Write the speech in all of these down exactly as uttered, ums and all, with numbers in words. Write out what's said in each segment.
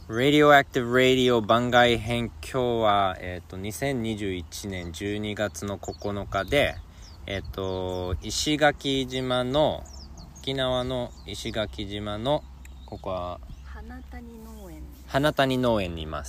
Radioactive Radio 番外編。今日は、えー、とにせんにじゅういちねんじゅうにがつのここのかで、えー、と石垣島の沖縄の石垣島のここは花谷農園花谷農園にいます、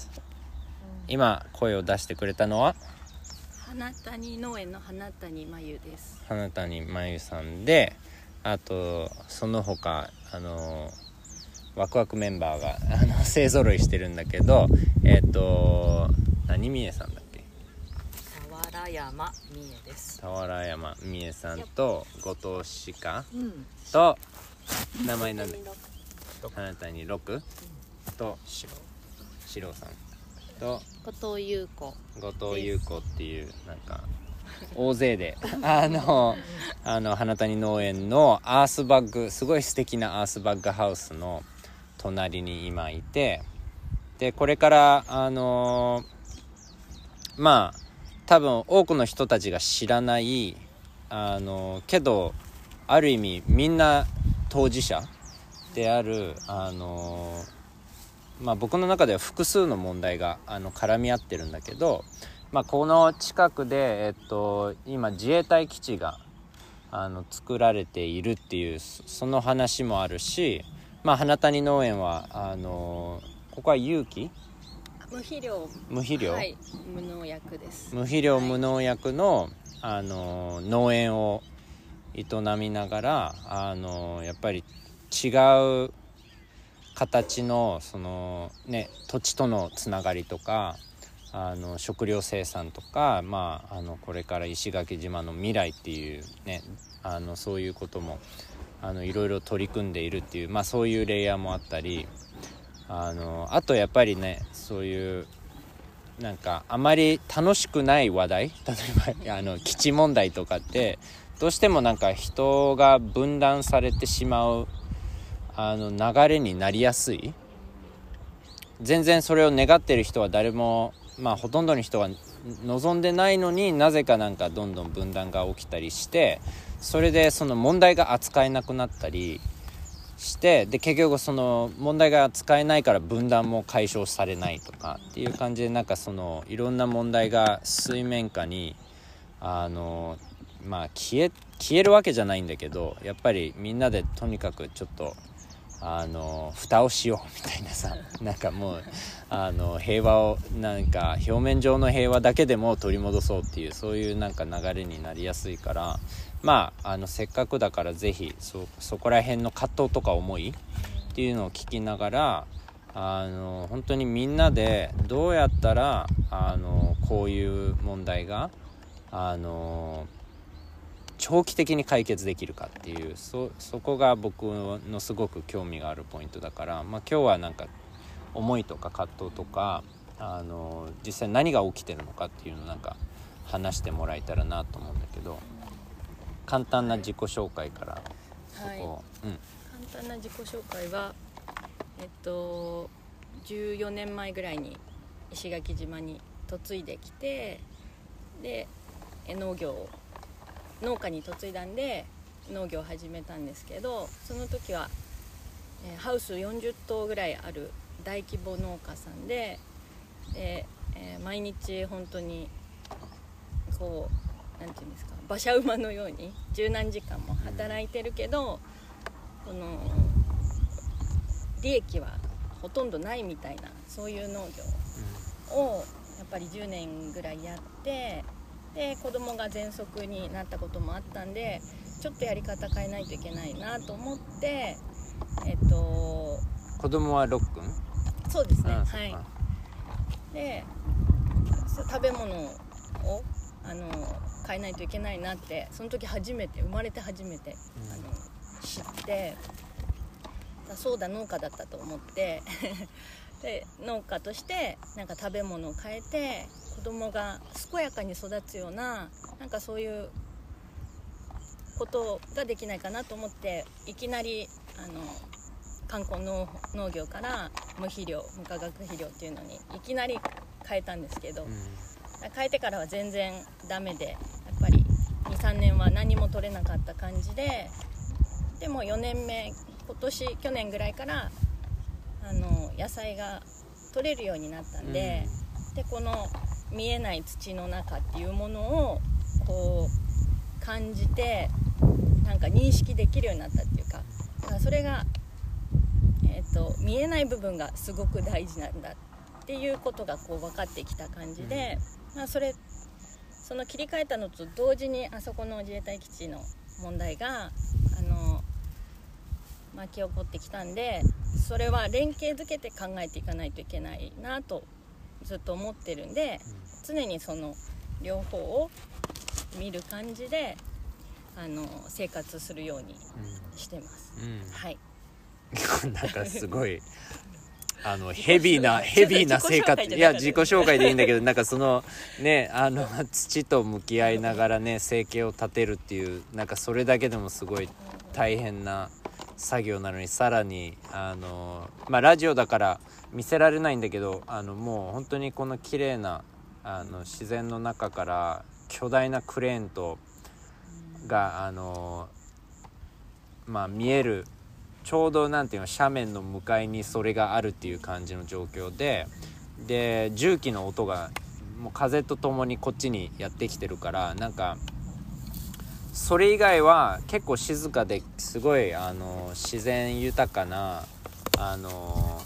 うん、今声を出してくれたのは花谷農園の花谷真由です。 花谷真由さんで、あとその他あのワクワクメンバーがあの勢ぞろいしてるんだけど、えっ、ー、と何美恵さんだっけ？ 俵山美恵です。 俵山美恵さんと後藤鹿、 うん、 と名前なんだっけ？花谷六、うん、と四郎さんと後藤優子後藤優子っていうなんか大勢であのあの花谷農園のアースバッグ、すごい素敵なアースバッグハウスの隣に今いて、でこれからあのー、まあ多分多くの人たちが知らないあのー、けどある意味みんな当事者であるあのー、まあ僕の中では複数の問題があの絡み合ってるんだけど、まあこの近くでえっと今自衛隊基地があの作られているっていうその話もあるし、まあ、花谷農園はあのー、ここは有機無肥料無肥料、 はい、無農薬です。 無肥料、はい、無農薬の、あのー、農園を営みながら、あのー、やっぱり違う形のその、ね、土地とのつながりとかあの食料生産とか、まあ、あのこれから石垣島の未来っていう、ね、あのそういうこともあのいろいろ取り組んでいるっていう、まあ、そういうレイヤーもあったり、あのあとやっぱりね、そういうなんかあまり楽しくない話題、例えばあの基地問題とかってどうしてもなんか人が分断されてしまうあの流れになりやすい。全然それを願ってる人は誰も、まあほとんどの人は望んでないのに、なぜかなんかどんどん分断が起きたりして、それでその問題が扱えなくなったりして、で結局その問題が扱えないから分断も解消されないとかっていう感じで、なんかそのいろんな問題が水面下にあのまあ消え消えるわけじゃないんだけど、やっぱりみんなでとにかくちょっとあの蓋をしようみたいなさ、なんかもうあの平和をなんか表面上の平和だけでも取り戻そうっていう、そういうなんか流れになりやすいから、まああのせっかくだからぜひ そ, そこら辺の葛藤とか思いっていうのを聞きながら、あの本当にみんなでどうやったらあのこういう問題があの長期的に解決できるかっていう、 そ, そこが僕のすごく興味があるポイントだから、まあ、今日はなんか思いとか葛藤とかあの実際何が起きてるのかっていうのをなんか話してもらえたらなと思うんだけど、簡単な自己紹介からそこ、 はい、 うん、 簡単な自己紹介はえっとじゅうよねんまえぐらいに石垣島に嫁いできて、で農業を農家に嫁いだんで農業を始めたんですけど、その時は、えー、ハウスよんじゅっとうぐらいある大規模農家さんで、で、えー、毎日本当にこうなんていうんですか、馬車馬のように十何時間も働いてるけど、この利益はほとんどないみたいな、そういう農業をやっぱりじゅうねんぐらいやって、で子供が喘息になったこともあったんで、ちょっとやり方変えないといけないなと思って、えっと子供はロックン？ そうですね、 はい。で食べ物をあの変えないといけないなって、その時初めて生まれて初めて、うん、あの知って、だそうだ農家だったと思ってで農家としてなんか食べ物を変えて子供が健やかに育つような、なんかそういうことができないかなと思って、いきなりあの観光 農, 農業から無肥料無化学肥料っていうのにいきなり変えたんですけど、うん、変えてからは全然ダメで、やっぱり にさんねんは何も取れなかった感じで、でもよねんめ今年去年ぐらいからあの野菜が取れるようになったんで、うん、でこの見えない土の中っていうものをこう感じてなんか認識できるようになったっていうか、だからそれが、えーと、見えない部分がすごく大事なんだっていうことがこう分かってきた感じで、うん、まあ、それその切り替えたのと同時にあそこの自衛隊基地の問題があの巻き起こってきたんで、それは連携づけて考えていかないといけないなとずっと思ってるんで、常にその両方を見る感じであの生活するようにしてます、うんうん、はいなんかすごいあのヘビーなヘビーな生活、いや自己紹介でいいんだけど、なんかそのねあの土と向き合いながらね生計を立てるっていう、なんかそれだけでもすごい大変な作業なのに、さらにあのまあラジオだから見せられないんだけど、あのもう本当にこの綺麗なあの自然の中から巨大なクレーンとがあのまあ見える、ちょうどなんていうの斜面の向かいにそれがあるっていう感じの状況で、で重機の音がもう風とともにこっちにやってきてるから、なんかそれ以外は結構静かですごいあの自然豊かなあの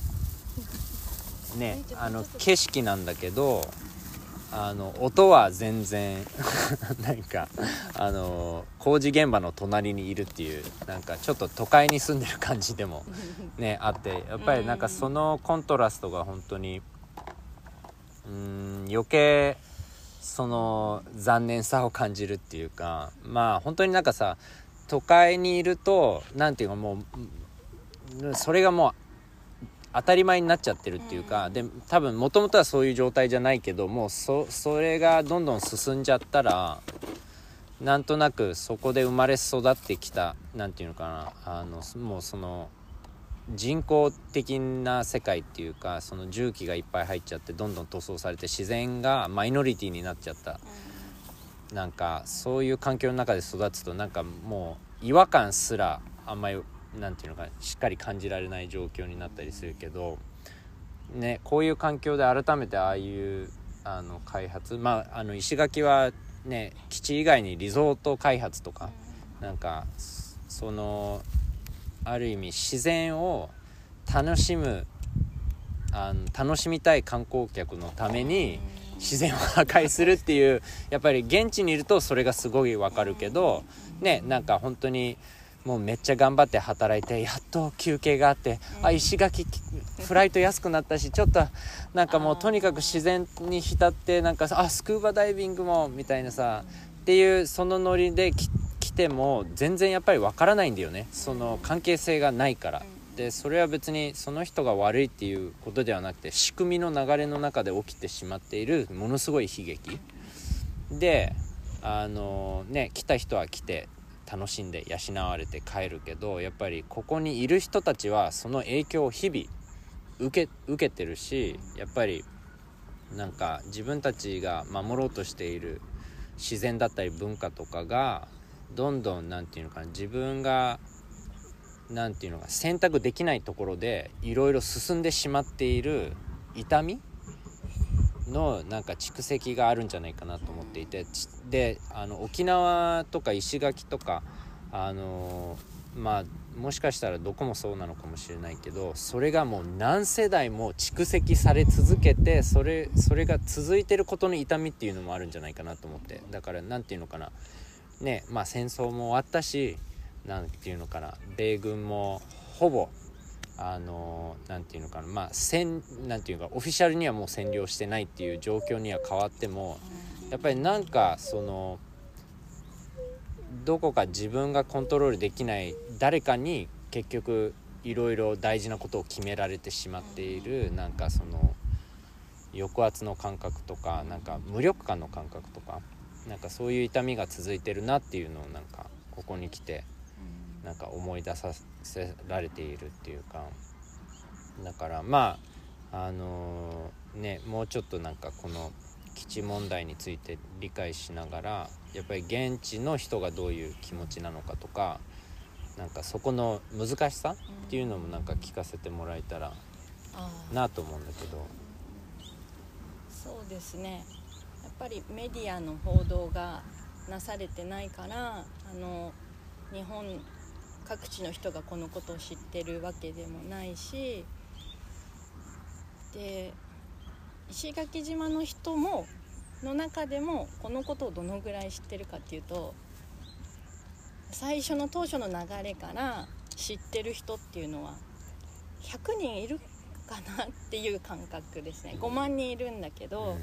ねあの景色なんだけど、あの音は全然なんかあの工事現場の隣にいるっていう、なんかちょっと都会に住んでる感じでもねあって、やっぱりなんかそのコントラストが本当にうーん余計その残念さを感じるっていうか、まあ本当になんかさ都会にいるとなんていうかもうそれがもう当たり前になっちゃってるっていうか、うん、で多分もともとはそういう状態じゃないけどもう そ, それがどんどん進んじゃったら、なんとなくそこで生まれ育ってきたなんていうのかな、あのもうその人工的な世界っていうか、その重機がいっぱい入っちゃってどんどん塗装されて自然がマイノリティになっちゃった、うん、なんかそういう環境の中で育つとなんかもう違和感すらあんまりなんていうのかしっかり感じられない状況になったりするけどね、こういう環境で改めてああいうあの開発、まああの石垣はね基地以外にリゾート開発とかなんかそのある意味自然を楽しむあの楽しみたい観光客のために自然を破壊するっていう、やっぱり現地にいるとそれがすごいわかるけどね、なんか本当にもうめっちゃ頑張って働いてやっと休憩があって、あ石垣フライト安くなったしちょっとなんかもうとにかく自然に浸ってなんかあスクーバダイビングもみたいなさっていうそのノリで来ても全然やっぱりわからないんだよね、その関係性がないから。でそれは別にその人が悪いっていうことではなくて、仕組みの流れの中で起きてしまっているものすごい悲劇で、あのね来た人は来て楽しんで養われて帰るけど、やっぱりここにいる人たちはその影響を日々受け、受けてるし、やっぱりなんか自分たちが守ろうとしている自然だったり文化とかがどんどんなんていうのかな、自分がなんていうのか選択できないところでいろいろ進んでしまっている痛みのなんか蓄積があるんじゃないかなと思っていて、であの沖縄とか石垣とかあのまあもしかしたらどこもそうなのかもしれないけど、それがもう何世代も蓄積され続けてそれそれが続いてることの痛みっていうのもあるんじゃないかなと思って、だからなんていうのかなね、まあ戦争も終わったし、なんていうのかな米軍もほぼあのなんていうのかなまあ戦なんていうかオフィシャルにはもう占領してないっていう状況には変わっても、やっぱりなんかそのどこか自分がコントロールできない誰かに結局いろいろ大事なことを決められてしまっている、なんかその抑圧の感覚とかなんか無力感の感覚とかなんかそういう痛みが続いてるなっていうのをなんかここに来てなんか思い出させられているっていうか、だからまああのー、ねもうちょっとなんかこの基地問題について理解しながら、やっぱり現地の人がどういう気持ちなのかとか、なんかそこの難しさっていうのもなんか聞かせてもらえたらなと思うんだけど。 そうですね、やっぱりメディアの報道がなされてないから、あの日本各地の人がこのことを知ってるわけでもないし、で石垣島の人もの中でもこのことをどのぐらい知ってるかっていうと、最初の当初の流れから知ってる人っていうのはひゃくにんいるかなっていう感覚ですね。ごまんにんいるんだけど、うんうん、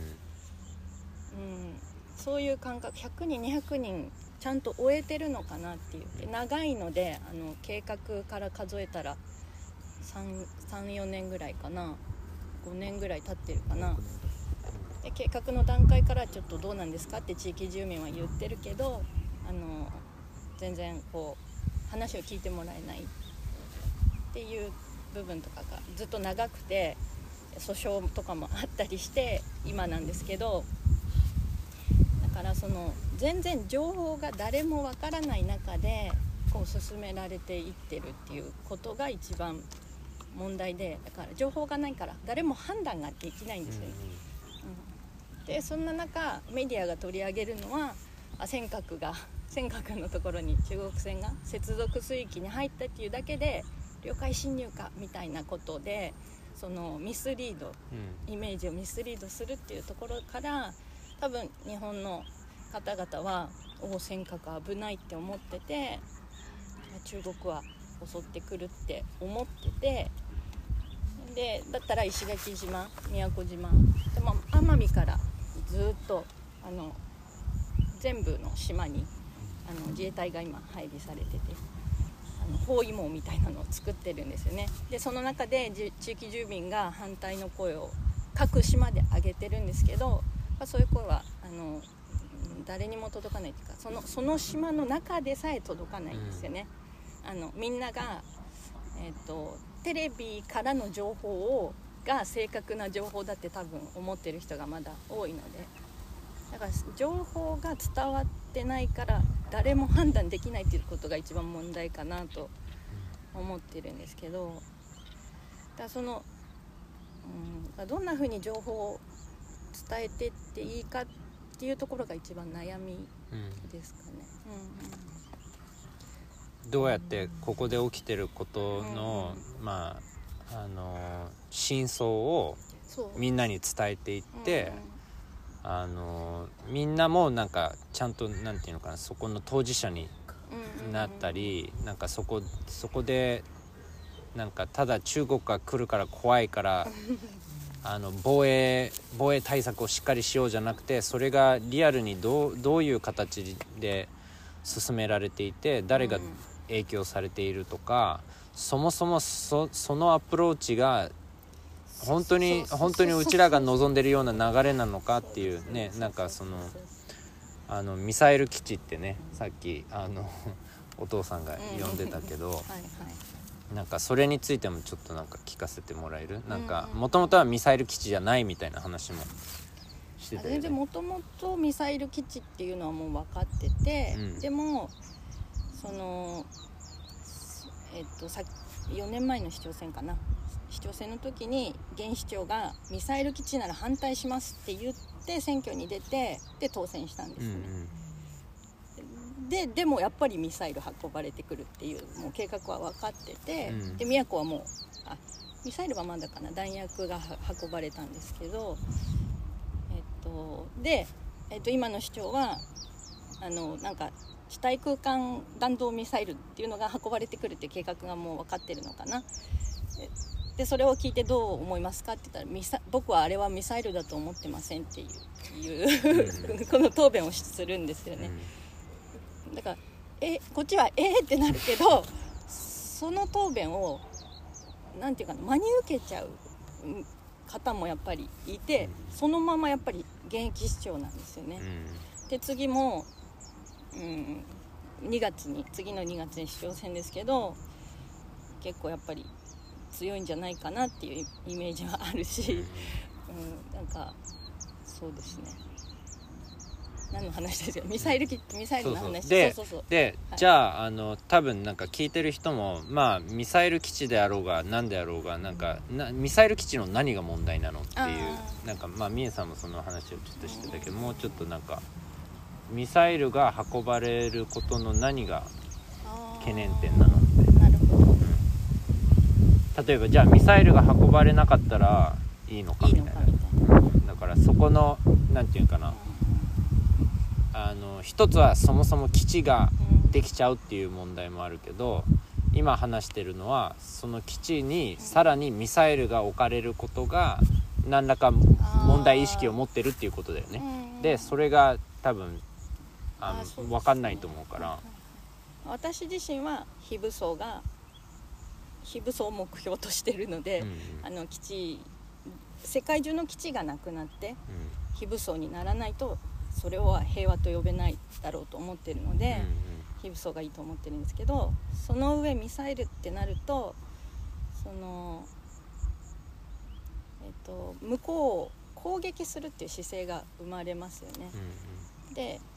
そういう感覚、ひゃくにんにひゃくにんちゃんと終えてるのかなっていう。で長いので、あの計画から数えたらさん、よねんぐらいかな、ごねんぐらい経ってるかな。で計画の段階からちょっとどうなんですかって地域住民は言ってるけど、あの全然こう話を聞いてもらえないっていう部分とかがずっと長くて、訴訟とかもあったりして今なんですけど、だからその全然情報が誰もわからない中でこう進められていってるっていうことが一番問題で、だから情報がないから誰も判断ができないんですよね、うん、でそんな中メディアが取り上げるのは、あ尖閣が尖閣のところに中国船が接続水域に入ったっていうだけで領海侵入かみたいなことで、そのミスリード、うん、イメージをミスリードするっていうところから、多分日本の方々はお尖閣危ないって思ってて、中国は襲ってくるって思ってて、でだったら石垣島、宮古島でも奄美からずっとあの全部の島にあの自衛隊が今配備されてて、あの包囲網みたいなのを作ってるんですよね。でその中で地域住民が反対の声を各島で上げてるんですけど、そういう声はあの誰にも届かないというか、その、その島の中でさえ届かないんですよね、うん、あのみんなが、えーと、テレビからの情報をが正確な情報だって多分思ってる人がまだ多いので、だから情報が伝わってないから誰も判断できないっていうことが一番問題かなと思ってるんですけど、だからその、うん、どんなふうに情報を伝えてっていいかっていうところが一番悩みですかね、うんうん、 どうやってここで起きてることの、うん、まああの真相をみんなに伝えていって、うん、あのみんなもなんかちゃんとなんていうのかな、そこの当事者になったり、うんうん、なんかそこそこでなんかただ中国が来るから怖いからあの防衛防衛対策をしっかりしようじゃなくて、それがリアルにどう、どういう形で進められていて誰が影響されているとか、うん、そもそも そ, そのアプローチが本当に本当にうちらが望んでるような流れなのかっていうね、なんかそのあのミサイル基地ってね、さっきあのお父さんが呼んでたけど、はいはい、なんかそれについてもちょっとなんか聞かせてもらえる？なんかもともとはミサイル基地じゃないみたいな話もしてたよね。 全然もともとミサイル基地っていうのはもう分かってて、うん、でもそのえっとさよねんまえの市長選かな、市長選の時に現市長がミサイル基地なら反対しますって言って選挙に出て、で当選したんですよね、うんうん、で, でもやっぱりミサイル運ばれてくるっていうもう計画は分かってて、うん、で宮古はもうあミサイルはまだかな、弾薬が運ばれたんですけど、えっとで、えっと、今の市長はあのなんか地対空間弾道ミサイルっていうのが運ばれてくるっていう計画がもう分かってるのかな。でそれを聞いてどう思いますかって言ったら、ミサ僕はあれはミサイルだと思ってませんっていう、うん、この答弁をするんですよね、うん、だからえこっちはえーってなるけど、その答弁をなんていうかな、真に受けちゃう方もやっぱりいて、そのままやっぱり現役市長なんですよね、うん、で次も、うん、にがつに次のにがつに市長選ですけど、結構やっぱり強いんじゃないかなっていうイメージはあるし、うん、なんかそうですね、 何の話ですよ、ミサイル機ミサイルの話。 で、 そうそうそうで、 はい、 じゃああの多分なんか聞いてる人もまあミサイル基地であろうが何であろうがなんかなミサイル基地の何が問題なのっていうなんかまあみえさんもその話をちょっとしてたけど、もうちょっとなんかミサイルが運ばれることの何が懸念点なのって。 なるほど、うん、 例えばじゃあミサイルが運ばれなかったらいいのかみたいな。いいのかみたいな。だからそこのなんていうかな、あの一つはそもそも基地ができちゃうっていう問題もあるけど、今話してるのはその基地にさらにミサイルが置かれることが何らか問題意識を持ってるっていうことだよね。でそれが多分あの分かんないと思うから、 私自身は非武装が非武装を目標としてるので、うんうん、あの基地世界中の基地がなくなって、うん、非武装にならないとそれは平和と呼べないだろうと思ってるので、うんうん、非武装がいいと思ってるんですけど、その上ミサイルってなるとその、えっと、向こうを攻撃するっていう姿勢が生まれますよね、うんうん、で、えー、っ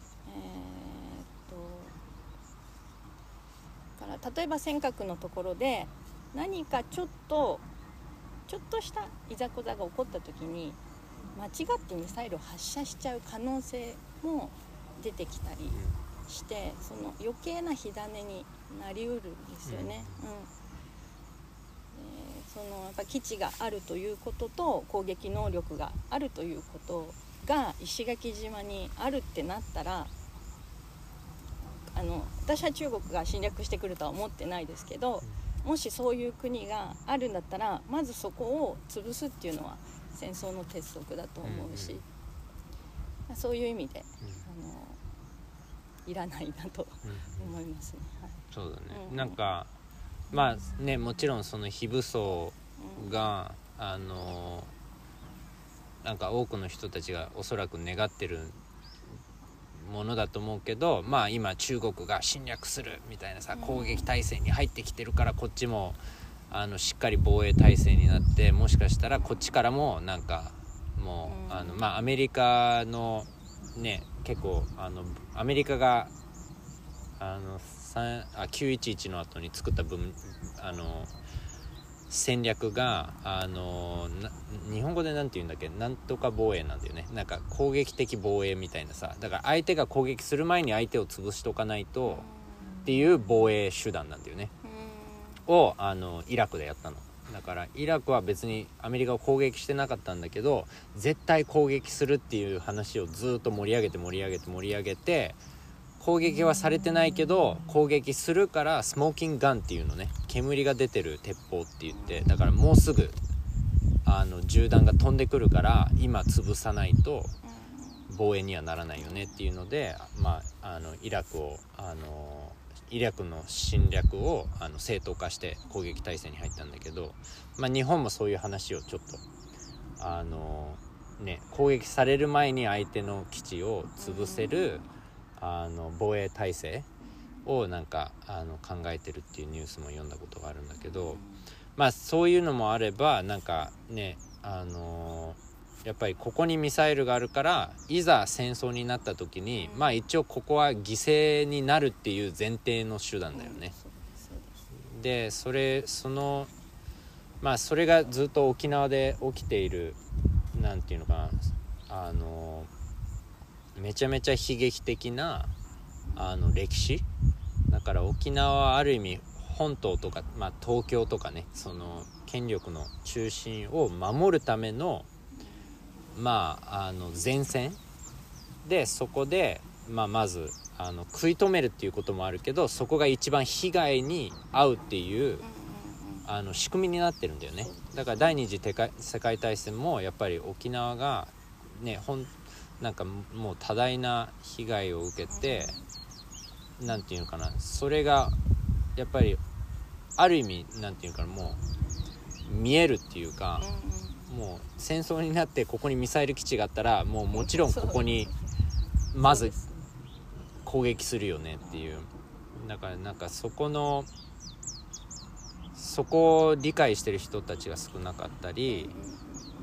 とだから例えば尖閣のところで何かちょっとちょっとしたいざこざが起こった時に間違ってミサイルを発射しちゃう可能性も出てきたりして、その余計な火種になりうるんですよね、うんうん、えー、そのやっぱ基地があるということと攻撃能力があるということが石垣島にあるってなったら、あの私は中国が侵略してくるとは思ってないですけど、もしそういう国があるんだったらまずそこを潰すっていうのは戦争の鉄則だと思うし、うんうん、そういう意味で、うん、あのいらないなと思いますね、はい、 そうだね、うん、なんかまあね、もちろんその非武装が、うん、あのなんか多くの人たちがおそらく願ってるものだと思うけど、まあ今中国が侵略するみたいなさ攻撃態勢に入ってきてるからこっちもあのしっかり防衛態勢になって、もしかしたらこっちからもなんかもうあのまあアメリカのね結構あのアメリカがあのあきゅういちいちの後に作った分あの戦略があの日本語でなんて言うんだっけ、なんとか防衛なんだよね。なんか攻撃的防衛みたいなさ、だから相手が攻撃する前に相手を潰しとかないとっていう防衛手段なんだよねをあのイラクでやったの。だからイラクは別にアメリカを攻撃してなかったんだけど、絶対攻撃するっていう話をずっと盛り上げて盛り上げて盛り上げて、攻撃はされてないけど攻撃するからスモーキングガンっていうのね、煙が出てる鉄砲って言って、だからもうすぐあの銃弾が飛んでくるから今潰さないと防衛にはならないよねっていうので、まあ、あのイラクをあのイラクの侵略をあの正当化して攻撃態勢に入ったんだけど、まあ、日本もそういう話をちょっとあの、ね、攻撃される前に相手の基地を潰せるあの防衛体制をなんかあの考えてるっていうニュースも読んだことがあるんだけど、まあそういうのもあればなんかね、あのやっぱりここにミサイルがあるからいざ戦争になった時に、まあ一応ここは犠牲になるっていう前提の手段だよね。でそれそのまあそれがずっと沖縄で起きているなんていうのかな、あのめちゃめちゃ悲劇的なあの歴史だから、沖縄はある意味本島とか、まあ、東京とかね、その権力の中心を守るためのまああの前線で、そこで、まあ、まずあの食い止めるっていうこともあるけど、そこが一番被害に遭うっていうあの仕組みになってるんだよね。だから第二次世界大戦もやっぱり沖縄がね、ほんなんかもう多大な被害を受けて、なんていうのかな、それがやっぱりある意味なんていうかな、もう見えるっていうか、もう戦争になってここにミサイル基地があったらもうもちろんここにまず攻撃するよねっていう、だからなんかそこのそこを理解してる人たちが少なかったり、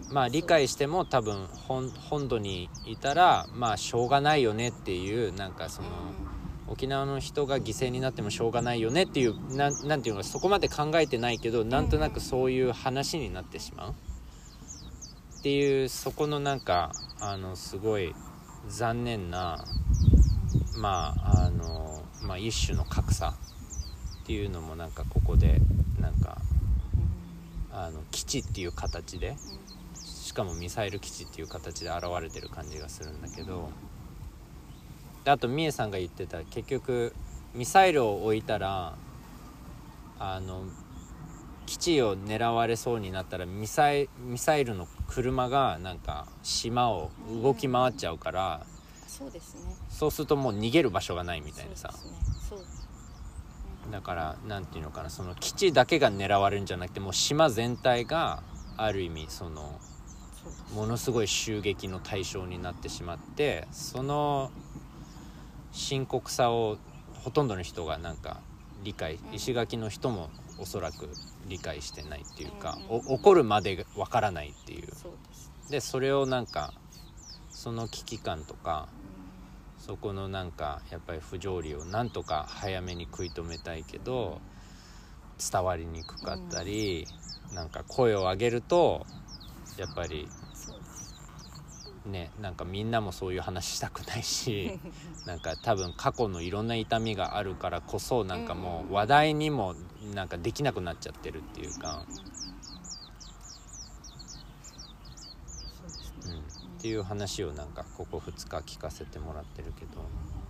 まあ理解しても多分 本, 本土にいたらまあしょうがないよねっていうなんかその、うん、沖縄の人が犠牲になってもしょうがないよねっていうな ん, なんていうのかそこまで考えてないけどなんとなくそういう話になってしまうっていうそこのなんかあのすごい残念なまああのまあ一種の格差っていうのもなんかここでなんかあの基地っていう形でしかもミサイル基地っていう形で現れてる感じがするんだけどであとミエさんが言ってた結局ミサイルを置いたらあの基地を狙われそうになったらミサイ、ミサイルの車がなんか島を動き回っちゃうから、 うん、そうですねそうするともう逃げる場所がないみたいなさそうですねそうです、 うん、だからなんていうのかなその基地だけが狙われるんじゃなくてもう島全体がある意味そのものすごい襲撃の対象になってしまってその深刻さをほとんどの人がなんか理解石垣の人もおそらく理解してないっていうか、うんうん、お怒るまでわからないっていう、そうです。でそれをなんかその危機感とか、うん、そこのなんかやっぱり不条理をなんとか早めに食い止めたいけど伝わりにくかったり、うん、なんか声を上げるとやっぱりね、なんかみんなもそういう話したくないしなんか多分過去のいろんな痛みがあるからこそなんかもう話題にもなんかできなくなっちゃってるっていうか、うん、っていう話をなんかここふつか聞かせてもらってるけど、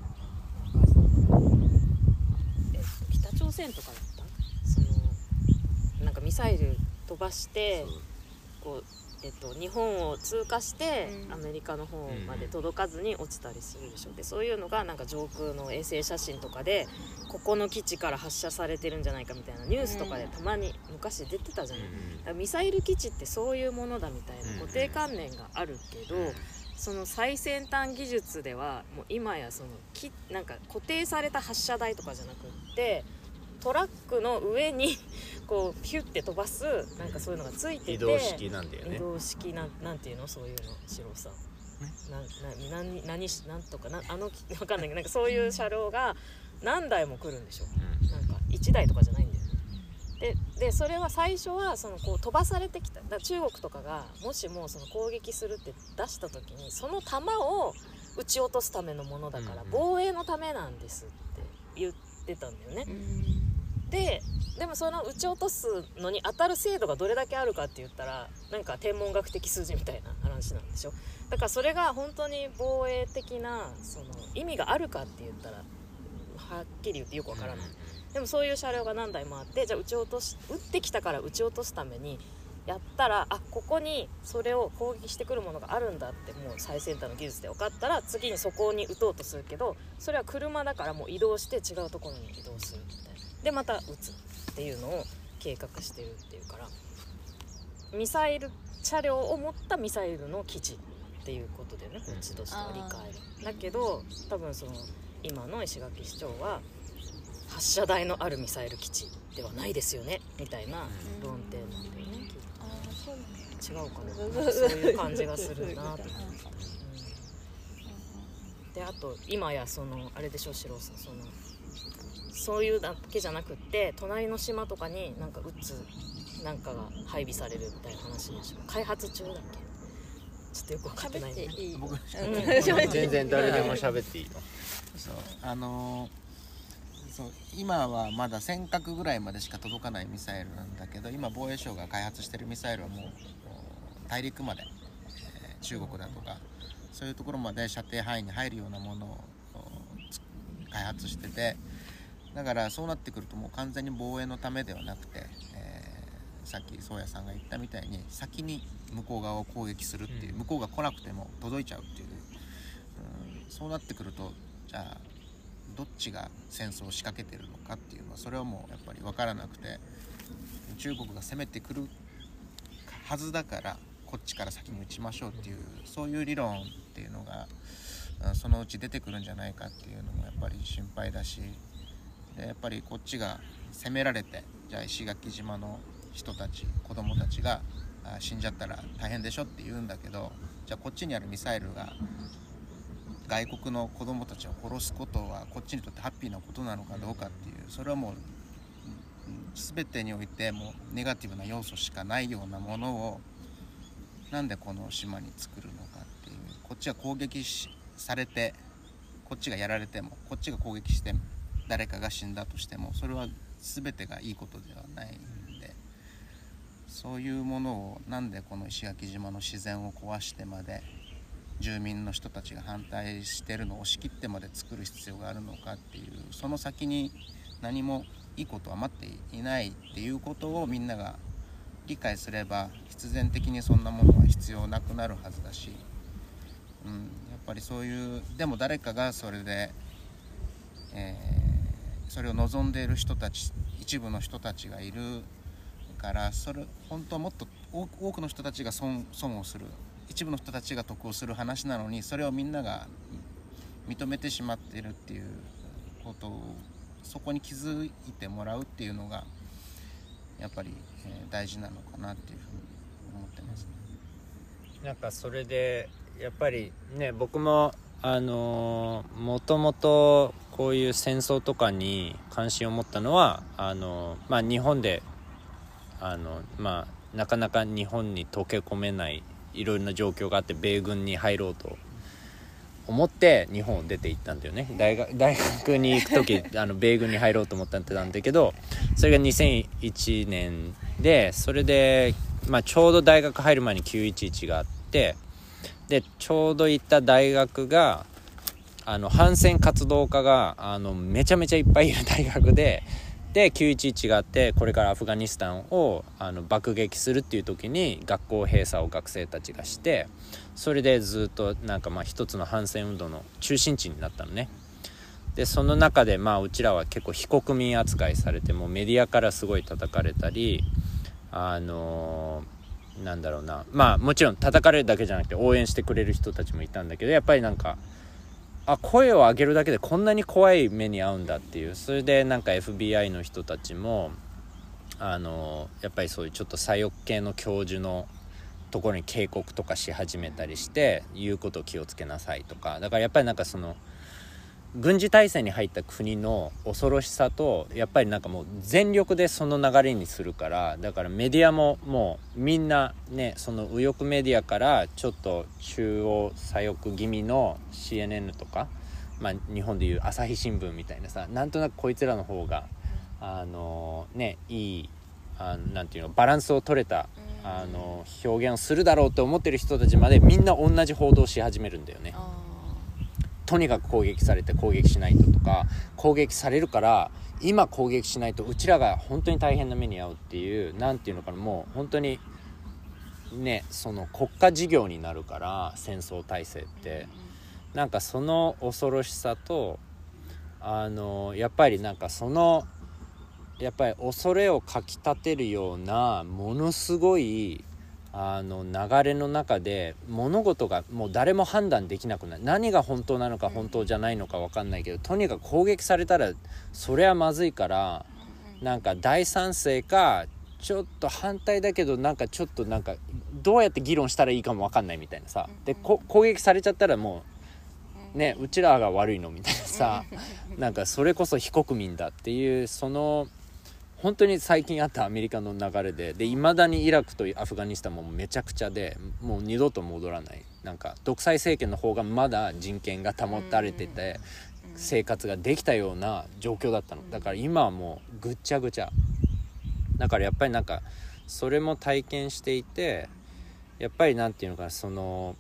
え北朝鮮とかだったそのなんかミサイル飛ばしてこうえっと、日本を通過してアメリカの方まで届かずに落ちたりするでしょ。でそういうのがなんか上空の衛星写真とかでここの基地から発射されてるんじゃないかみたいなニュースとかでたまに昔出てたじゃない。だからミサイル基地ってそういうものだみたいな固定観念があるけどその最先端技術ではもう今やそのきなんか固定された発射台とかじゃなくってトラックの上にこうピュッて飛ばすなんかそういうのがついてて移動式なんだよね。 移動式なんなんていうのそういうの白さなな何何なんとかなあのわかんないけどなんかそういう車両が何台も来るんでしょ。うん、なんかいちだいとかじゃないんだよね。ででそれは最初はそのこう飛ばされてきただ中国とかがもしもその攻撃するって出した時にその弾を撃ち落とすためのものだから防衛のためなんですって言ってたんだよね。うんで, でもその撃ち落とすのに当たる精度がどれだけあるかって言ったらなんか天文学的数字みたいな話なんでしょ。だからそれが本当に防衛的なその意味があるかって言ったらはっきり言ってよくわからない。でもそういう車両が何台もあってじゃあ撃ち落とし撃ってきたから撃ち落とすためにやったらあここにそれを攻撃してくるものがあるんだってもう最先端の技術で分かったら次にそこに撃とうとするけどそれは車だからもう移動して違うところに移動するみたいなでまた撃つっていうのを計画してるっていうからミサイル車両を持ったミサイルの基地っていうことでねこっちとしては理解だけど多分その今の石垣市長は発射台のあるミサイル基地ではないですよねみたいな論点なんだよね。あそう違うかなそういう感じがするなと思って、うん、であと今やそのあれでしょ四郎さんそのそういうだけじゃなくって隣の島とかになんか撃つなんかが配備されるみたいな話でしょ。開発中だっけちょっとよく分かってないね。 僕全然誰でも喋っていいの。 そうあのー、そう今はまだ尖閣ぐらいまでしか届かないミサイルなんだけど今防衛省が開発してるミサイルはもう大陸まで、えー、中国だとかそういうところまで射程範囲に入るようなものを開発しててだからそうなってくるともう完全に防衛のためではなくて、えー、さっき宗谷さんが言ったみたいに先に向こう側を攻撃するっていう、うん、向こうが来なくても届いちゃうっていう、うん、そうなってくるとじゃあどっちが戦争を仕掛けてるのかっていうのはそれはもうやっぱり分からなくて中国が攻めてくるはずだからこっちから先に撃ちましょうっていうそういう理論っていうのがそのうち出てくるんじゃないかっていうのもやっぱり心配だしでやっぱりこっちが攻められてじゃあ石垣島の人たち子供たちが死んじゃったら大変でしょって言うんだけど、じゃあこっちにあるミサイルが外国の子供たちを殺すことはこっちにとってハッピーなことなのかどうかっていう、それはもう全てにおいてもうネガティブな要素しかないようなものをなんでこの島に作るのかっていう、こっちが攻撃しされてこっちがやられても、こっちが攻撃して誰かが死んだとしてもそれは全てがいいことではないんで、そういうものをなんでこの石垣島の自然を壊してまで住民の人たちが反対してるのを押し切ってまで作る必要があるのかっていう、その先に何もいいことは待っていないっていうことをみんなが理解すれば必然的にそんなものは必要なくなるはずだし、うん、やっぱりそういうでも誰かがそれで、えー、それを望んでいる人たち、一部の人たちがいるから、それ本当はもっと多くの人たちが損、損をする、一部の人たちが得をする話なのに、それをみんなが認めてしまっているっていうことを、そこに気づいてもらうっていうのがやっぱり、えー、大事なのかなっていうふうに思ってますね。 なんかそれでやっぱりね、僕もあのー、もともとこういう戦争とかに関心を持ったのはあのー、まあ日本であのまあなかなか日本に溶け込めないいろいろな状況があって、米軍に入ろうと思って日本を出て行ったんだよね。大学、大学に行く時あの米軍に入ろうと思ったんだけど、それがにせんいちねんで、それで、まあ、ちょうど大学入る前にきゅういちいちがあって、でちょうど行った大学があの反戦活動家があのめちゃめちゃいっぱいいる大学で、できゅういちいちがあって、これからアフガニスタンをあの爆撃するっていう時に学校閉鎖を学生たちがして、それでずっとなんかまあ一つの反戦運動の中心地になったのね。でその中でまあうちらは結構非国民扱いされて、もうメディアからすごい叩かれたり、あのー、なんだろうな、まあもちろん叩かれるだけじゃなくて応援してくれる人たちもいたんだけど、やっぱりなんかあ声を上げるだけでこんなに怖い目に遭うんだっていう。それでなんか エフビーアイ の人たちもあのやっぱりそういうちょっと左翼系の教授のところに警告とかし始めたりして、言うことを気をつけなさいとか。だからやっぱりなんかその軍事体制に入った国の恐ろしさと、やっぱりなんかもう全力でその流れにするから、だからメディアももうみんなね、その右翼メディアからちょっと中央左翼気味の シーエヌエヌ とか、まあ日本でいう朝日新聞みたいなさ、なんとなくこいつらの方があのねいいあのなんていうのバランスを取れたあの表現をするだろうと思ってる人たちまでみんな同じ報道をし始めるんだよね。とにかく攻撃されて攻撃しないととか、攻撃されるから今攻撃しないとうちらが本当に大変な目に遭うっていう、なんていうのかな、もう本当にね、その国家事業になるから戦争体制って、なんかその恐ろしさと、あのやっぱりなんかそのやっぱり恐れをかきたてるようなものすごいあの流れの中で物事がもう誰も判断できなくなる。何が本当なのか本当じゃないのか分かんないけど、とにかく攻撃されたらそれはまずいから、なんか大賛成かちょっと反対だけど、なんかちょっとなんかどうやって議論したらいいかも分かんないみたいなさ。でこ攻撃されちゃったらもうね、うちらが悪いのみたいなさなんかそれこそ非国民だっていう、その本当に最近あったアメリカの流れで、で未だにイラクとアフガニスタンもめちゃくちゃで、もう二度と戻らない。なんか独裁政権の方がまだ人権が保たれてて生活ができたような状況だったの。だから今はもうぐっちゃぐちゃだから、やっぱりなんかそれも体験していて、やっぱりなんていうのかな、その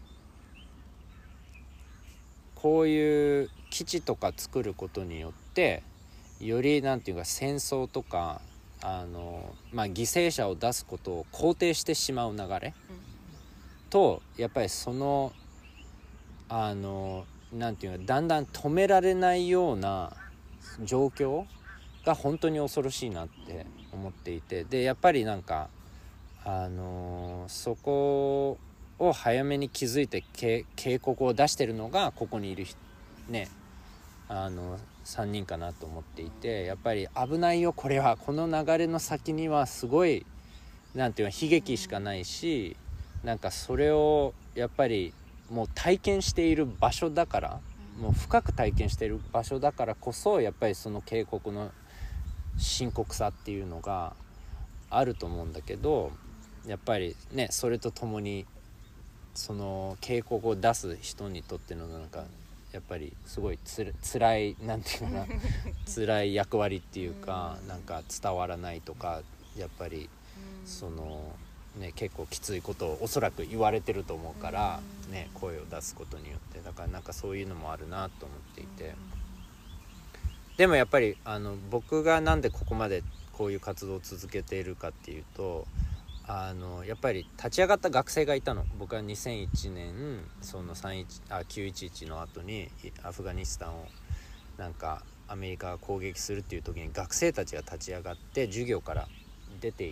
こういう基地とか作ることによってよりなんていうか戦争とかあの、まあ、犠牲者を出すことを肯定してしまう流れと、やっぱりそのあのなんていうかだんだん止められないような状況が本当に恐ろしいなって思っていて、でやっぱりなんかあのそこを早めに気づいて警告を出してるのがここにいるねあのさんにんかなと思っていて、やっぱり危ないよこれは、この流れの先にはすごいなんていうの悲劇しかないし、なんかそれをやっぱりもう体験している場所だから、もう深く体験している場所だからこそ、やっぱりその渓谷の深刻さっていうのがあると思うんだけど、やっぱりねそれとともにその渓谷を出す人にとってのなんかやっぱりすごいつら辛いなんていうかな辛い役割っていうか、なんか伝わらないとか、やっぱりそのね結構きついことをおそらく言われてると思うからね、声を出すことによって、だからなんかそういうのもあるなと思っていて、でもやっぱりあの僕がなんでここまでこういう活動を続けているかっていうと、あのやっぱり立ち上がった学生がいたの。僕はにせんいちねんそのきゅういちいちの後にアフガニスタンをなんかアメリカが攻撃するっていう時に学生たちが立ち上がって授業から出ていって、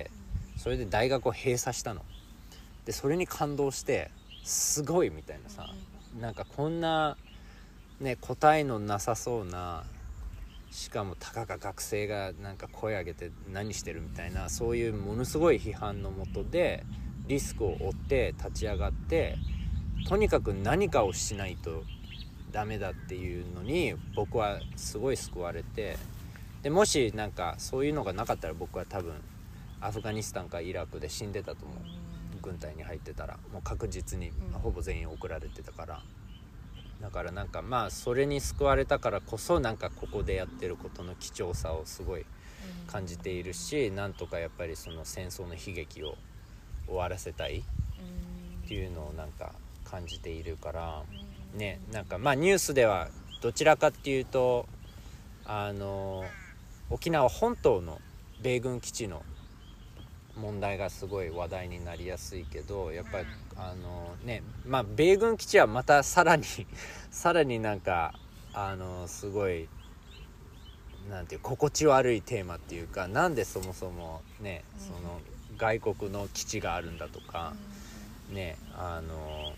それで大学を閉鎖したので、それに感動してすごいみたいなさ、なんかこんなね答えのなさそうな、しかもたかが学生がなんか声上げて何してるみたいな、そういうものすごい批判のもとでリスクを負って立ち上がって、とにかく何かをしないとダメだっていうのに僕はすごい救われて、でもしなんかそういうのがなかったら僕は多分アフガニスタンかイラクで死んでたと思う。軍隊に入ってたらもう確実に、まあ、ほぼ全員送られてたから。だからなんかまあそれに救われたからこそ、なんかここでやってることの貴重さをすごい感じているし、なんとかやっぱりその戦争の悲劇を終わらせたいっていうのをなんか感じているからね。なんかまあニュースではどちらかっていうとあの沖縄本島の米軍基地の問題がすごい話題になりやすいけど、やっぱりあのねまあ米軍基地はまたさらにさらになんかあのすごいなんていう心地悪いテーマっていうか、なんでそもそもねその外国の基地があるんだとかね、あの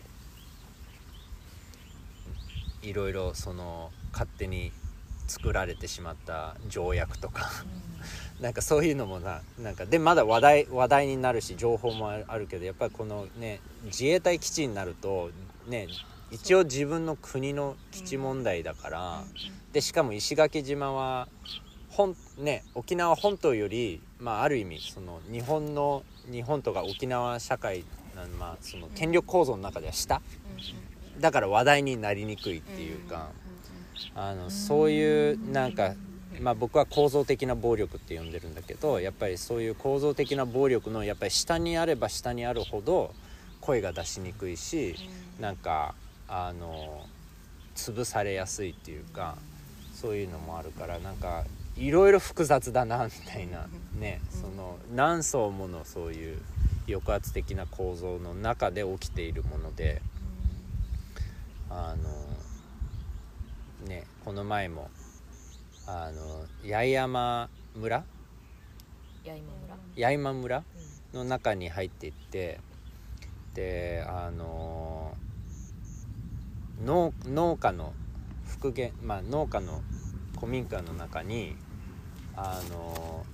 いろいろその勝手に作られてしまった条約とかなんかそういうのもな、なんかでまだ話題話題になるし情報もあるけど、やっぱりこのね自衛隊基地になるとね、一応自分の国の基地問題だから、でしかも石垣島は本ね沖縄本島よりまあある意味その日本の日本とか沖縄社会なまあその権力構造の中では下だから話題になりにくいっていうか、あのそういうなんかまあ僕は構造的な暴力って呼んでるんだけど、やっぱりそういう構造的な暴力のやっぱり下にあれば下にあるほど声が出しにくいし、なんかあの潰されやすいっていうか、そういうのもあるから、なんかいろいろ複雑だなみたいなね、その何層ものそういう抑圧的な構造の中で起きているもので、あのねこの前もあの八重山村八重山村八重山村の中に入っていって、であの農, 農家の復元、まあ、農家の古民家の中にあの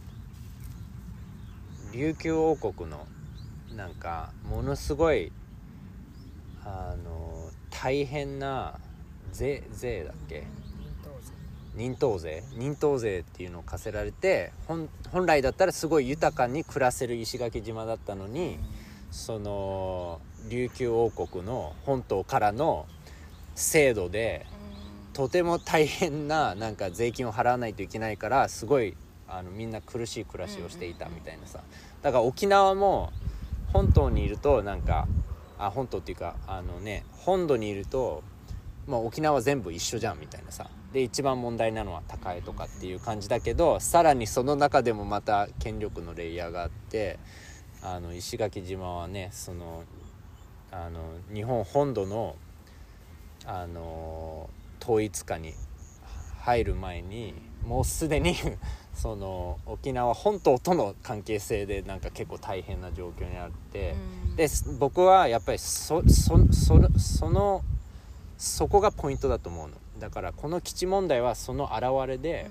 琉球王国のなんかものすごいあの大変な税税だっけ、忍冬税忍冬税っていうのを課せられて、 本, 本来だったらすごい豊かに暮らせる石垣島だったのに、その琉球王国の本島からの制度でとても大変ななんか税金を払わないといけないから、すごいあのみんな苦しい暮らしをしていたみたいなさ。だから沖縄も本島にいるとなんかあ本島っていうかあのね本土にいると、まあ、沖縄全部一緒じゃんみたいなさ。で一番問題なのは高江とかっていう感じだけど、さらにその中でもまた権力のレイヤーがあって、あの石垣島はねそのあの日本本土のあの統一下に入る前にもうすでにその沖縄本島との関係性でなんか結構大変な状況にあって、で僕はやっぱりそそそそのそこがポイントだと思うの。だからこの基地問題はその表れで、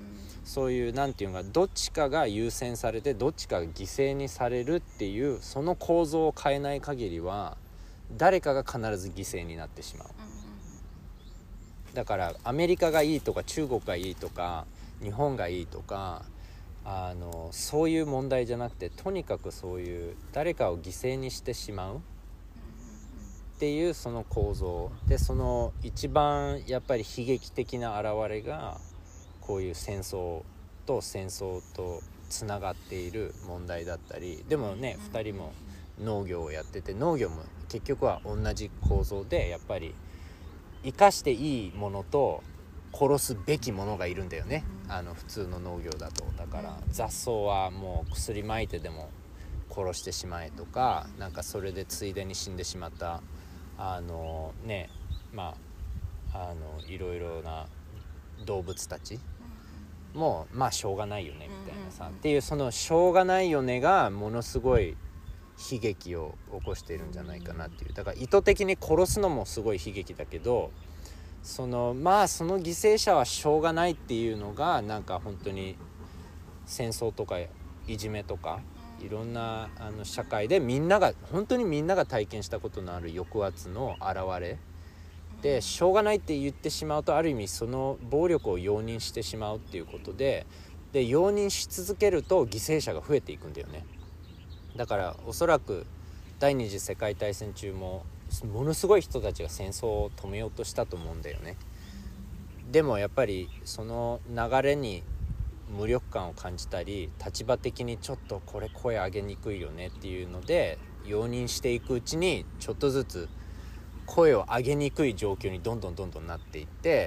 そういうなんていうかどっちかが優先されてどっちかが犠牲にされるっていうその構造を変えない限りは誰かが必ず犠牲になってしまう。だからアメリカがいいとか中国がいいとか日本がいいとかあのそういう問題じゃなくて、とにかくそういう誰かを犠牲にしてしまうっていうその構造で、その一番やっぱり悲劇的な現れがこういう戦争と戦争とつながっている問題だったり、でもねふたりも農業をやってて、農業も結局は同じ構造で、やっぱり生かしていいものと殺すべきものがいるんだよね、あの普通の農業だと。だから雑草はもう薬撒いてでも殺してしまえとか、なんかそれでついでに死んでしまったあのねまああのいろいろな動物たちもまあしょうがないよねみたいなさ、っていうそのしょうがないよねがものすごい悲劇を起こしているんじゃないかなっていう。だから意図的に殺すのもすごい悲劇だけど、そのまあその犠牲者はしょうがないっていうのがなんか本当に戦争とかいじめとかいろんなあの社会でみんなが本当にみんなが体験したことのある抑圧の表れで、しょうがないって言ってしまうとある意味その暴力を容認してしまうっていうことで、で容認し続けると犠牲者が増えていくんだよね。だからおそらく第二次世界大戦中もものすごい人たちが戦争を止めようとしたと思うんだよね。でもやっぱりその流れに無力感を感じたり、立場的にちょっとこれ声上げにくいよねっていうので容認していくうちにちょっとずつ声を上げにくい状況にどんどんどんどんなっていって、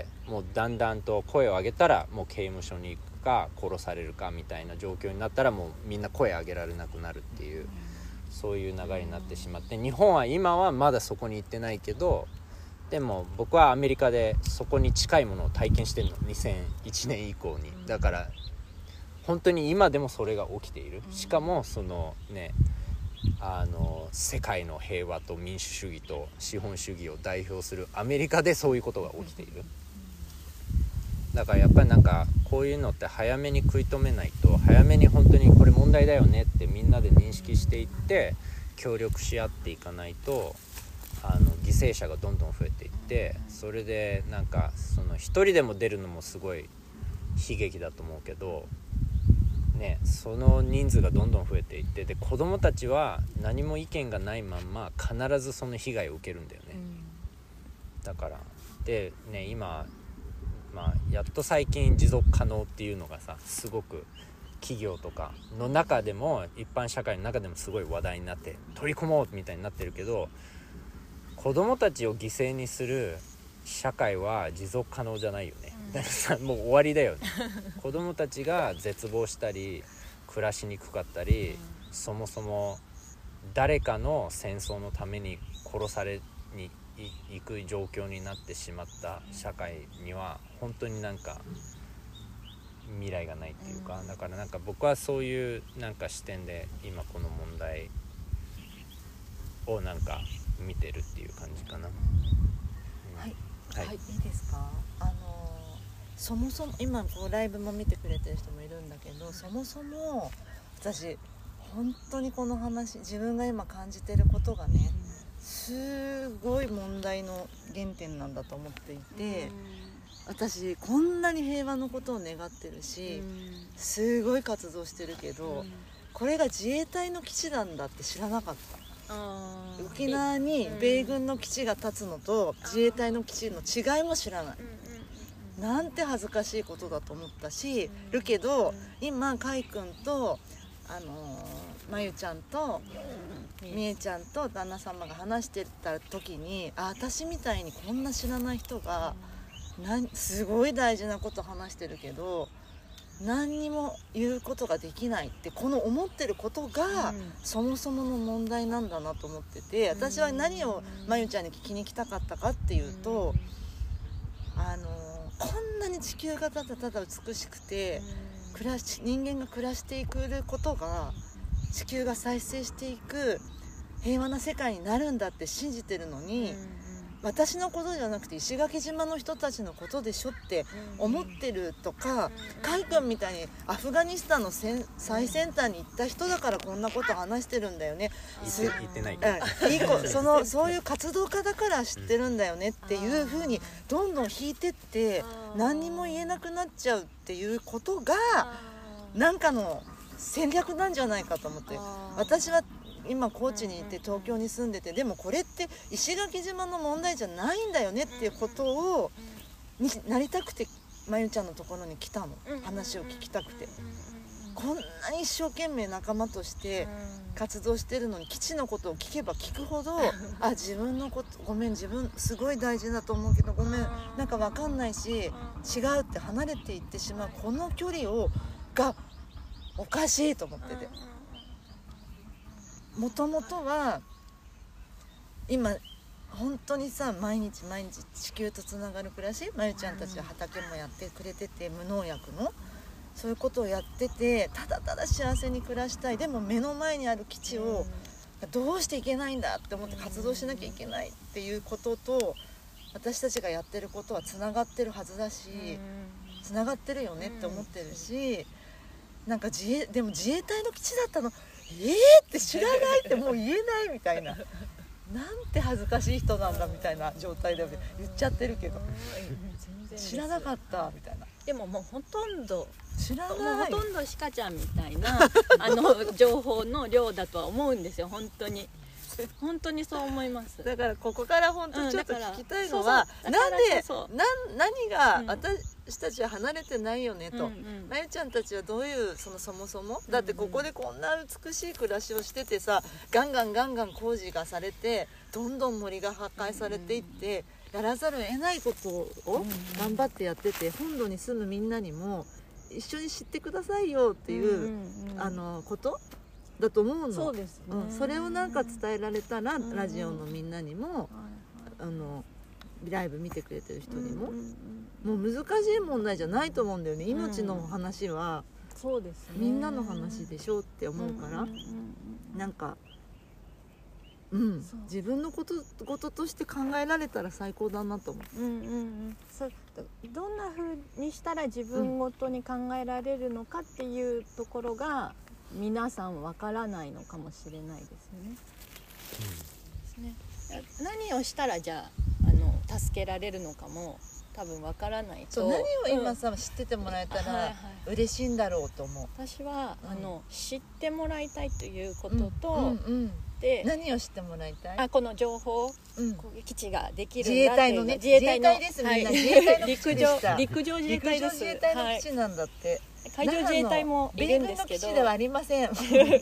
もうだんだんと声を上げたらもう刑務所に行くか殺されるかみたいな状況になったらもうみんな声上げられなくなるっていう、そういう流れになってしまって、日本は今はまだそこに行ってないけど、でも僕はアメリカでそこに近いものを体験してるの、にせんいちねん以降に。だから本当に今でもそれが起きている。しかもそのねあの世界の平和と民主主義と資本主義を代表するアメリカでそういうことが起きている。だからやっぱりなんかこういうのって早めに食い止めないと、早めに本当にこれ問題だよねってみんなで認識していって協力し合っていかないと、あの犠牲者がどんどん増えていって、それでなんかその一人でも出るのもすごい悲劇だと思うけどね、その人数がどんどん増えていって、で子供たちは何も意見がないまんま必ずその被害を受けるんだよね。だからでね今まあ、やっと最近持続可能っていうのがさ、すごく企業とかの中でも一般社会の中でもすごい話題になって取り込もうみたいになってるけど、子供たちを犠牲にする社会は持続可能じゃないよね、うん、だからさもう終わりだよね子供たちが絶望したり暮らしにくかったり、うん、そもそも誰かの戦争のために殺されに行く状況になってしまった社会には本当になんか未来がないっていうか、だからなんか僕はそういうなんか視点で今この問題をなんか見てるっていう感じかな、うん、 はい、 はいはい、いいですか。あのそもそも今こうライブも見てくれてる人もいるんだけど、そもそも私本当にこの話自分が今感じてることがね、すごい問題の原点なんだと思っていて、私こんなに平和のことを願ってるし、すごい活動してるけど、これが自衛隊の基地なんだって知らなかった。沖縄に米軍の基地が立つのと自衛隊の基地の違いも知らない。なんて恥ずかしいことだと思ったし、るけど今海君とあのまゆちゃんとみえちゃんと旦那様が話してた時に、あ、私みたいにこんな知らない人がなんすごい大事なこと話してるけど何にも言うことができないって、この思ってることがそもそもの問題なんだなと思ってて、私は何をまゆちゃんに聞きに来たかったかっていうと、あのこんなに地球がただただ美しくて暮らし人間が暮らしていくことが地球が再生していく平和な世界になるんだって信じてるのに、 私のことじゃなくて石垣島の人たちのことでしょって思ってるとか、カイ君みたいにアフガニスタンの最先端に行った人だからこんなこと話してるんだよね、 言って言ってない、 うん、いい子そのそういう活動家だから知ってるんだよねっていう風にどんどん引いてって何にも言えなくなっちゃうっていうことがなんかの戦略なんじゃないかと思って、私は今高知にいて東京に住んでて、でもこれって石垣島の問題じゃないんだよねっていうことをになりたくてまゆちゃんのところに来たの、話を聞きたくて。こんなに一生懸命仲間として活動してるのに基地のことを聞けば聞くほどあ自分のことごめん自分すごい大事だと思うけどごめんなんか分かんないし違うって離れていってしまうこの距離をがおかしいと思ってて、もともとは今本当にさ毎日毎日地球とつながる暮らし、まゆちゃんたちは畑もやってくれてて無農薬のそういうことをやっててただただ幸せに暮らしたい、でも目の前にある基地をどうしていけないんだって思って活動しなきゃいけないっていうことと私たちがやってることはつながってるはずだしつながってるよねって思ってるし、なんか自衛でも自衛隊の基地だったのえーって知らないってもう言えないみたいななんて恥ずかしい人なんだみたいな状態で言っちゃってるけど知らなかったみたいな。 でももうほとんど知らないもうほとんどシカちゃんみたいなあの情報の量だとは思うんですよ。本当に本当にそう思います。 だからここから本当にちょっと聞きたいのは、 うん、 なんでそうな何が私たちは離れてないよねと、 うんうん、 まゆちゃんたちはどういうそのそもそもだってここでこんな美しい暮らしをしててさガンガンガンガン工事がされてどんどん森が破壊されていってやらざるを得ないことを頑張ってやってて本土に住むみんなにも一緒に知ってくださいよっていう、うんうん、あのことだと思うの。 そうですね、 うん、それをなんか伝えられたら、うん、ラジオのみんなにも、うん、あのライブ見てくれてる人にも、うん、もう難しい問題じゃないと思うんだよね。命の話は、 うん、そうですね、 みんなの話でしょって思うから、うんうんうん、なんか、うん、自分のことこととして考えられたら最高だなと思う。 うんうんうん、そうどんな風にしたら自分ごとに考えられるのかっていうところが、うん、皆さんわからないのかもしれないですね。うん、ですね。何をしたらじゃあ、あの助けられるのかも多分わからないと。 そう何を今さ、うん、知っててもらえたら嬉しいんだろうと思う。 私は、うん、あの知ってもらいたいということと、 うんうんうんで何を知ってもらいたい？ あこの情報、うん、基地ができるんだっていう自衛隊のね自衛隊のです、はい、みんな自衛隊の基地でした。 陸上自衛隊です。 陸上自衛隊の基地なんだって、 はい、海上自衛隊もいるんですけど、米軍の基地ではありません。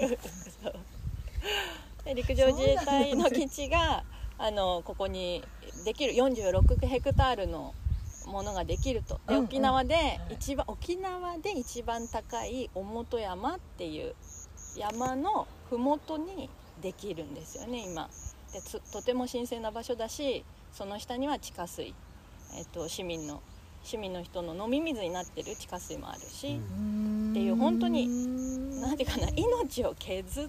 陸上自衛隊の基地があのここにできるよんじゅうろくヘクタールのものができると。で、うんうん、沖縄で一番沖縄で一番高い尾本山っていう山のふもとにできるんですよね今で。とても神聖な場所だし、その下には地下水、えっと、市民の市民の人の飲み水になってる地下水もあるし、うん、っていう本当に何ていうかな命を削って、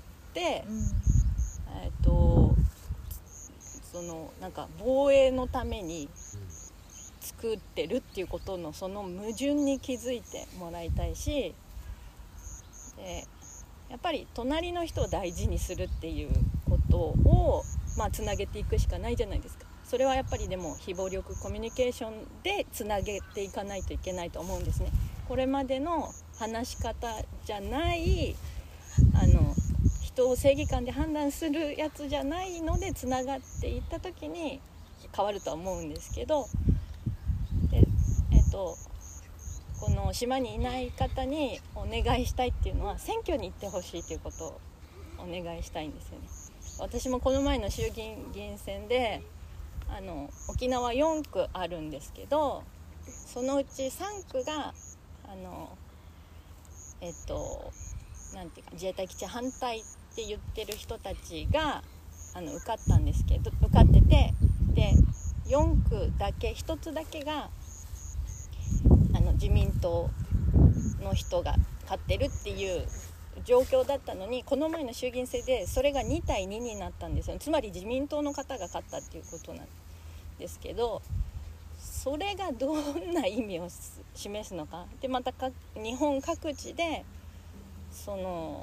うん、えっとそのなんか防衛のために作ってるっていうことのその矛盾に気づいてもらいたいし、でやっぱり隣の人を大事にするっていうことをまあつなげていくしかないじゃないですか。それはやっぱりでも非暴力コミュニケーションでつなげていかないといけないと思うんですね。これまでの話し方じゃないあの人を正義感で判断するやつじゃないのでつながっていった時に変わるとは思うんですけど、でえっとこの島にいない方にお願いしたいっていうのは選挙に行ってほしいということをお願いしたいんですよね。私もこの前の衆議院議員選であの沖縄よんくあるんですけど、そのうちさんくがあのえっとなんていうか自衛隊基地反対って言ってる人たちがあの受かったんですけど受かってて、でよんくだけひとつだけがあの自民党の人が勝ってるっていう状況だったのに、この前の衆議院選でそれがにたいにになったんですよ。つまり自民党の方が勝ったっていうことなんですけど、それがどんな意味を示すのかで、またか日本各地でその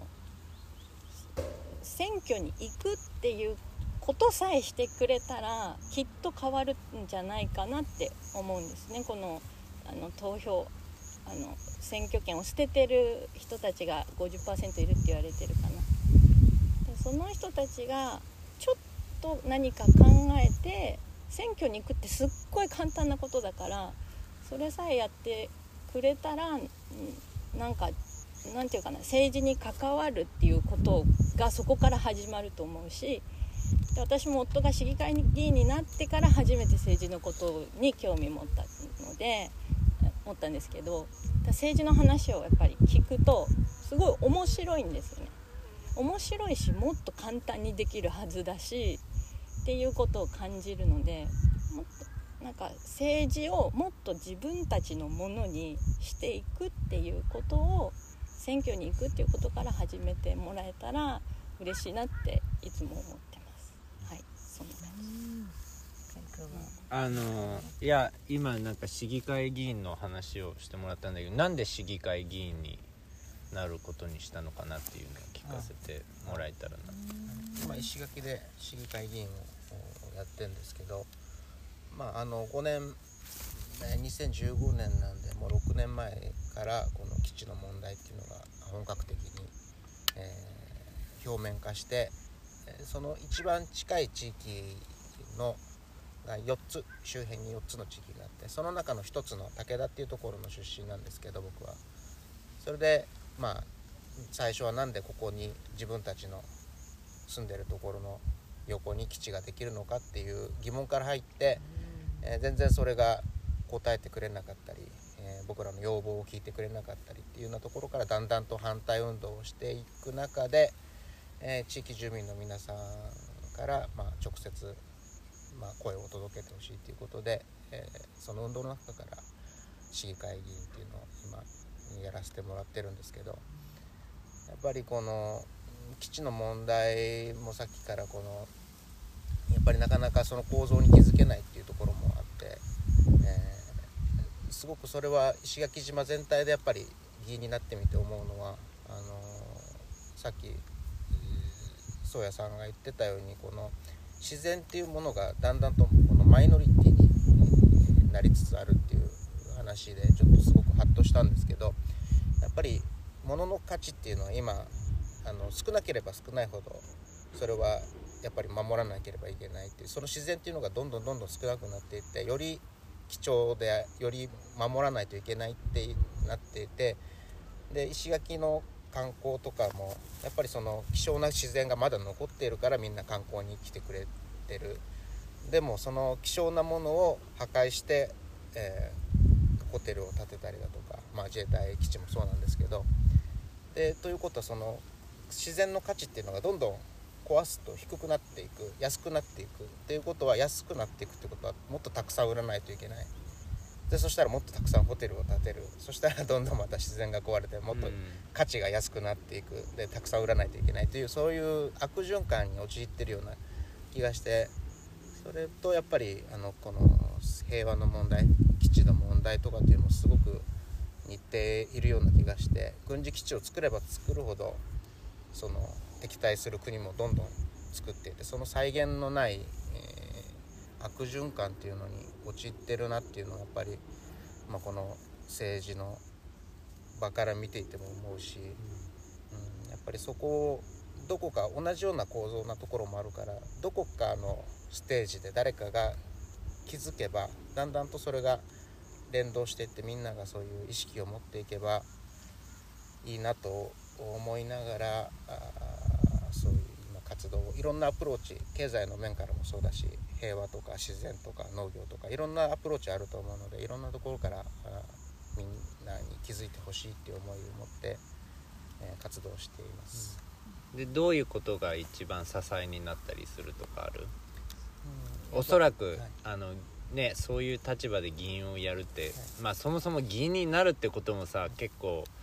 選挙に行くっていうことさえしてくれたらきっと変わるんじゃないかなって思うんですね。この、あの投票あの選挙権を捨ててる人たちが ごじゅっパーセント いるって言われてるかな。でその人たちがちょっと何か考えて、選挙に行くってすっごい簡単なことだから、それさえやってくれたら、なんかなんていうかな、政治に関わるっていうことがそこから始まると思うし、で私も夫が市議会議員になってから初めて政治のことに興味持ったので思ったんですけど、政治の話をやっぱり聞くとすごい面白いんですよね。面白いし、もっと簡単にできるはずだしっていうことを感じるので、もっとなんか政治をもっと自分たちのものにしていくっていうことを、選挙に行くっていうことから始めてもらえたら嬉しいなっていつも思ってます。はい、そんな感じ。 あのいや今なんか市議会議員の話をしてもらったんだけど、なんで市議会議員になることにしたのかなっていうのを聞かせてもらえたらな。 今石垣で市議会議員をやってるんですけど、まああのごねんにせんじゅうごねんなんでもうろくねんまえからこの基地の問題っていうのが本格的に、えー、表面化して、その一番近い地域のがよっつ、周辺によっつの地域があって、その中のひとつの武田っていうところの出身なんですけど、僕はそれでまあ最初はなんでここに自分たちの住んでるところの横に基地ができるのかっていう疑問から入って、えー、全然それが答えてくれなかったり、えー、僕らの要望を聞いてくれなかったりっていうようなところからだんだんと反対運動をしていく中で、えー、地域住民の皆さんから、まあ、直接、まあ、声を届けてほしいということで、えー、その運動の中から市議会議員っていうのを今やらせてもらってるんですけど、やっぱりこの基地の問題もさっきからこのやっぱりなかなかその構造に気づけないっていうところもあって、えー、すごくそれは石垣島全体でやっぱり議員になってみて思うのは、あのー、さっき宗谷さんが言ってたように、この自然っていうものがだんだんとこのマイノリティになりつつあるっていう話でちょっとすごくハッとしたんですけど、やっぱり物の価値っていうのは今あの少なければ少ないほどそれはやっぱり守らなければいけないっていう、その自然っていうのがどんどんどんどん少なくなっていって、より貴重でより守らないといけないってなっていて、で石垣の観光とかもやっぱりその希少な自然がまだ残っているからみんな観光に来てくれてる。でもその希少なものを破壊して、えー、ホテルを建てたりだとか、まあ、自衛隊基地もそうなんですけど、でということはその自然の価値っていうのがどんどん壊すと低くなっていく、安くなっていくっていうことは、安くなっていくってことはもっとたくさん売らないといけない。でそしたらもっとたくさんホテルを建てる。そしたらどんどんまた自然が壊れてもっと価値が安くなっていく。でたくさん売らないといけないという、そういう悪循環に陥ってるような気がして、それとやっぱりあのこの平和の問題、基地の問題とかっていうのもすごく似ているような気がして、軍事基地を作れば作るほどその敵対する国もどんどん作っていて、その再現のない、えー、悪循環っていうのに陥ってるなっていうのはやっぱり、まあ、この政治の場から見ていても思うし、うん、やっぱりそこをどこか同じような構造なところもあるから、どこかのステージで誰かが気づけばだんだんとそれが連動していって、みんながそういう意識を持っていけばいいなと思いながら、あそういう今活動をいろんなアプローチ、経済の面からもそうだし、平和とか自然とか農業とかいろんなアプローチあると思うので、いろんなところからみんなに気づいてほしいっていう思いを持って、えー、活動しています。 でどういうことが一番支えになったりするとかある？うん、おそらく、はい、あのね、そういう立場で議員をやるって、はい、まあそもそも議員になるってこともさ、結構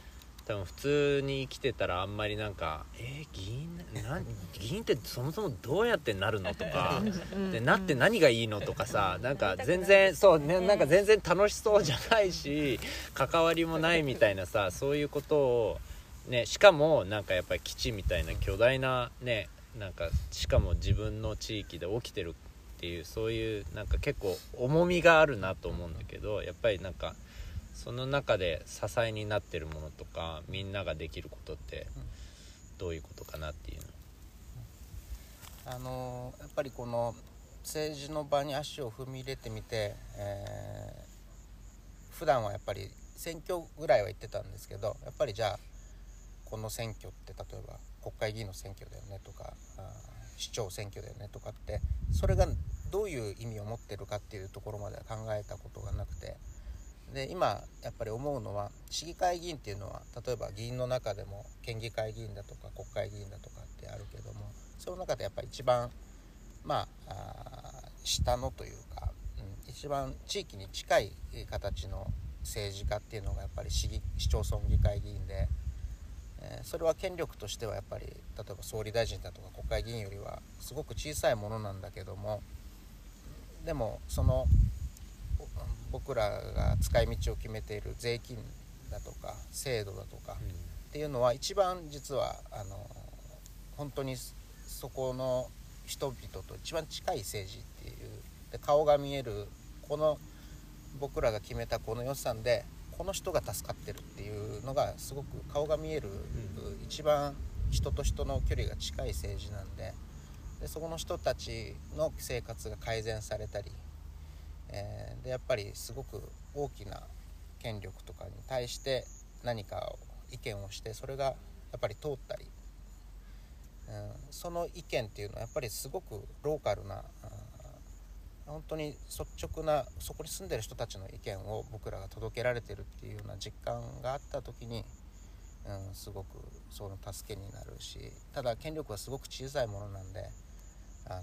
多分普通に生きてたらあんまりなんかえー、議員な議員ってそもそもどうやってなるのとかでなって何がいいのとかさ、なんか全然そうね、なんか全然楽しそうじゃないし関わりもないみたいなさ、そういうことをね、しかもなんかやっぱり基地みたいな巨大なね、なんかしかも自分の地域で起きてるっていう、そういうなんか結構重みがあるなと思うんだけど、やっぱりなんかその中で支えになってるものとかみんなができることってどういうことかなっていうの、 あのやっぱりこの政治の場に足を踏み入れてみて、えー、普段はやっぱり選挙ぐらいは行ってたんですけど、やっぱりじゃあこの選挙って例えば国会議員の選挙だよねとか、あ市長選挙だよねとかって、それがどういう意味を持ってるかっていうところまでは考えたことがなくて、で今やっぱり思うのは、市議会議員っていうのは例えば議員の中でも県議会議員だとか国会議員だとかってあるけども、その中でやっぱり一番まあ、あ下のというか、うん、一番地域に近い形の政治家っていうのがやっぱり市議市町村議会議員で、えー、それは権力としてはやっぱり例えば総理大臣だとか国会議員よりはすごく小さいものなんだけども、でもその僕らが使い道を決めている税金だとか制度だとかっていうのは一番実はあの本当にそこの人々と一番近い政治っていう、で顔が見える、この僕らが決めたこの予算でこの人が助かってるっていうのがすごく顔が見える、うん、一番人と人の距離が近い政治なんで、でそこの人たちの生活が改善されたり、えー、でやっぱりすごく大きな権力とかに対して何かを意見をして、それがやっぱり通ったり、うん、その意見っていうのはやっぱりすごくローカルな、本当に率直なそこに住んでる人たちの意見を僕らが届けられてるっていうような実感があった時に、うん、すごくその助けになるし、ただ権力はすごく小さいものなんで、あの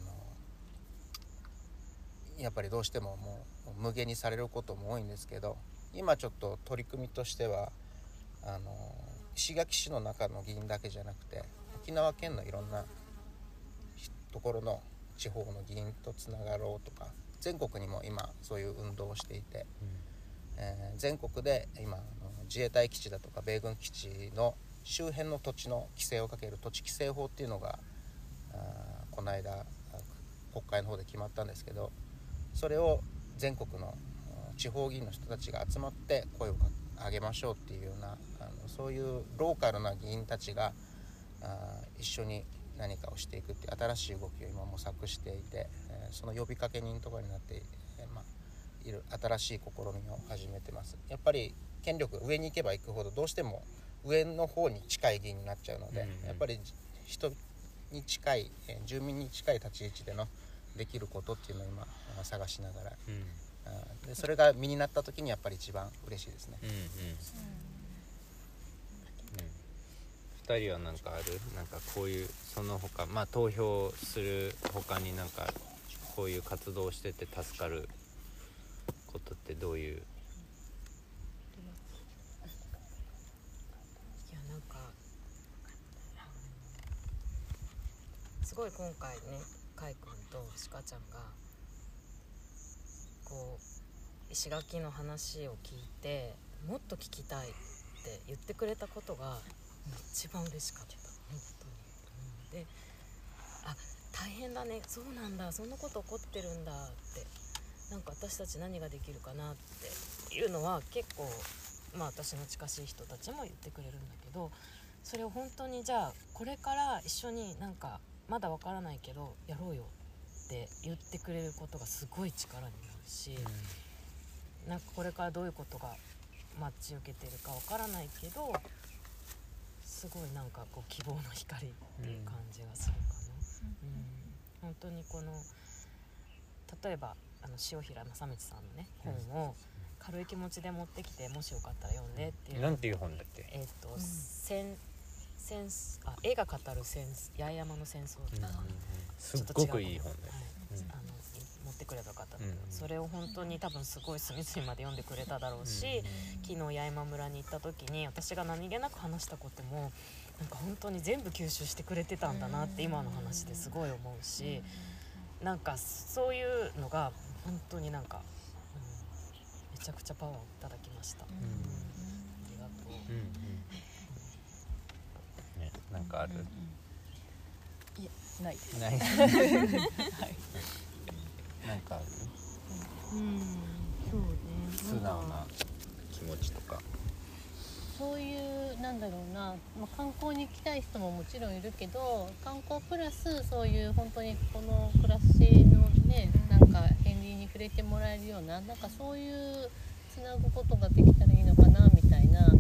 やっぱりどうしてももう無限にされることも多いんですけど、今ちょっと取り組みとしてはあの石垣市の中の議員だけじゃなくて沖縄県のいろんなところの地方の議員とつながろうとか、全国にも今そういう運動をしていて、うんえー、全国で今自衛隊基地だとか米軍基地の周辺の土地の規制をかける土地規制法っていうのがあこの間国会の方で決まったんですけど、それを全国の地方議員の人たちが集まって声を上げましょうっていうような、あのそういうローカルな議員たちがあ一緒に何かをしていくっていう新しい動きを今模索していて、えー、その呼びかけ人とかになって、えーまあ、いる新しい試みを始めてます。やっぱり権力が上に行けば行くほどどうしても上の方に近い議員になっちゃうので、うんうん、やっぱり人に近い、えー、住民に近い立ち位置でのできることっていうのを今探しながら、うん、でそれが身になった時にやっぱり一番嬉しいですね。うんうんうん、 ふたりは何かある？なんかこういうその他、まあ投票する他になんかこういう活動をしてて助かることってどういう？いやなんかすごい今回ね、かいくんとしかちゃんがこう石垣の話を聞いてもっと聞きたいって言ってくれたことが一番嬉しかった本当に、うん、であ大変だね、そうなんだ、そんなこと起こってるんだって、なんか私たち何ができるかなっていうのは結構まあ私の近しい人たちも言ってくれるんだけど、それを本当にじゃあこれから一緒になんかまだわからないけどやろうよって言ってくれることがすごい力になるし、うん、なんかこれからどういうことが待ち受けてるかわからないけどすごいなんかこう希望の光っていう感じがするかな、うんうん、本当にこの例えばあの塩平正道さんのね本を軽い気持ちで持ってきてもしよかったら読んでっていう、 なんていう本だっけ？ えっ、ー、と、うん、戦戦あ絵が語る戦八重山の戦争っていうのが、 うん、すっごくいい本で、はいうん、あの持ってくればよかったんだけど、 うん、 それを本当に多分すごい隅々まで読んでくれただろうし、うん、昨日八重山村に行った時に私が何気なく話したこともなんか本当に全部吸収してくれてたんだなって今の話ですごい思うし、なんかそういうのが本当になんか、うん、めちゃくちゃパワーをいただきました、うんうん、ありがとう、うんうんね、なんかある、うんうんいやないですないはいなんかある、 うんそうね素直な気持ちとかそういうなんだろうな、まあ、観光に行きたい人ももちろんいるけど観光プラスそういう本当にこの暮らしのねなんか片鱗に触れてもらえるようななんかそういうつなぐことができたらいいのかなみたいな、うんうんうん、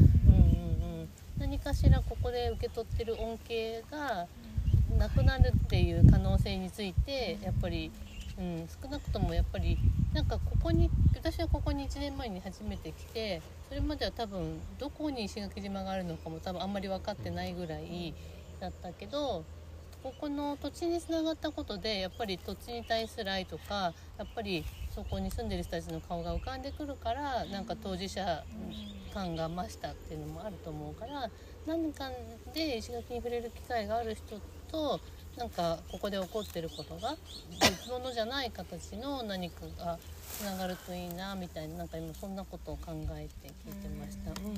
何かしらここで受け取ってる恩恵がなくなるっていう可能性についてやっぱり、うん、少なくともやっぱりなんかここに私はここにいちねんまえに初めて来てそれまでは多分どこに石垣島があるのかも多分あんまり分かってないぐらいだったけどここの土地につながったことでやっぱり土地に対する愛とかやっぱりそこに住んでる人たちの顔が浮かんでくるからなんか当事者感が増したっていうのもあると思うから何かで石垣に触れる機会がある人となんかここで起こってることが別物じゃない形の何かがつながるといいなみたいななんか今そんなことを考えて聞いてました。うんうんうんうん、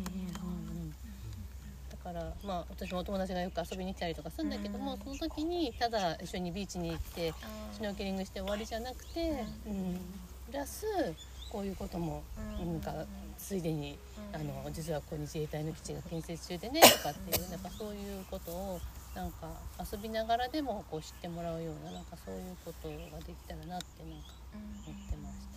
だからまあ私もお友達がよく遊びに来たりとかするんだけどもその時にただ一緒にビーチに行ってシュノーケリングして終わりじゃなくて、うん、プラスこういうこともなんかついでにあの実はここに自衛隊の基地が建設中でねとかっていうなんかそういうことをなんか遊びながらでもこう知ってもらうようななんかそういうことができたらなってなんか思ってました。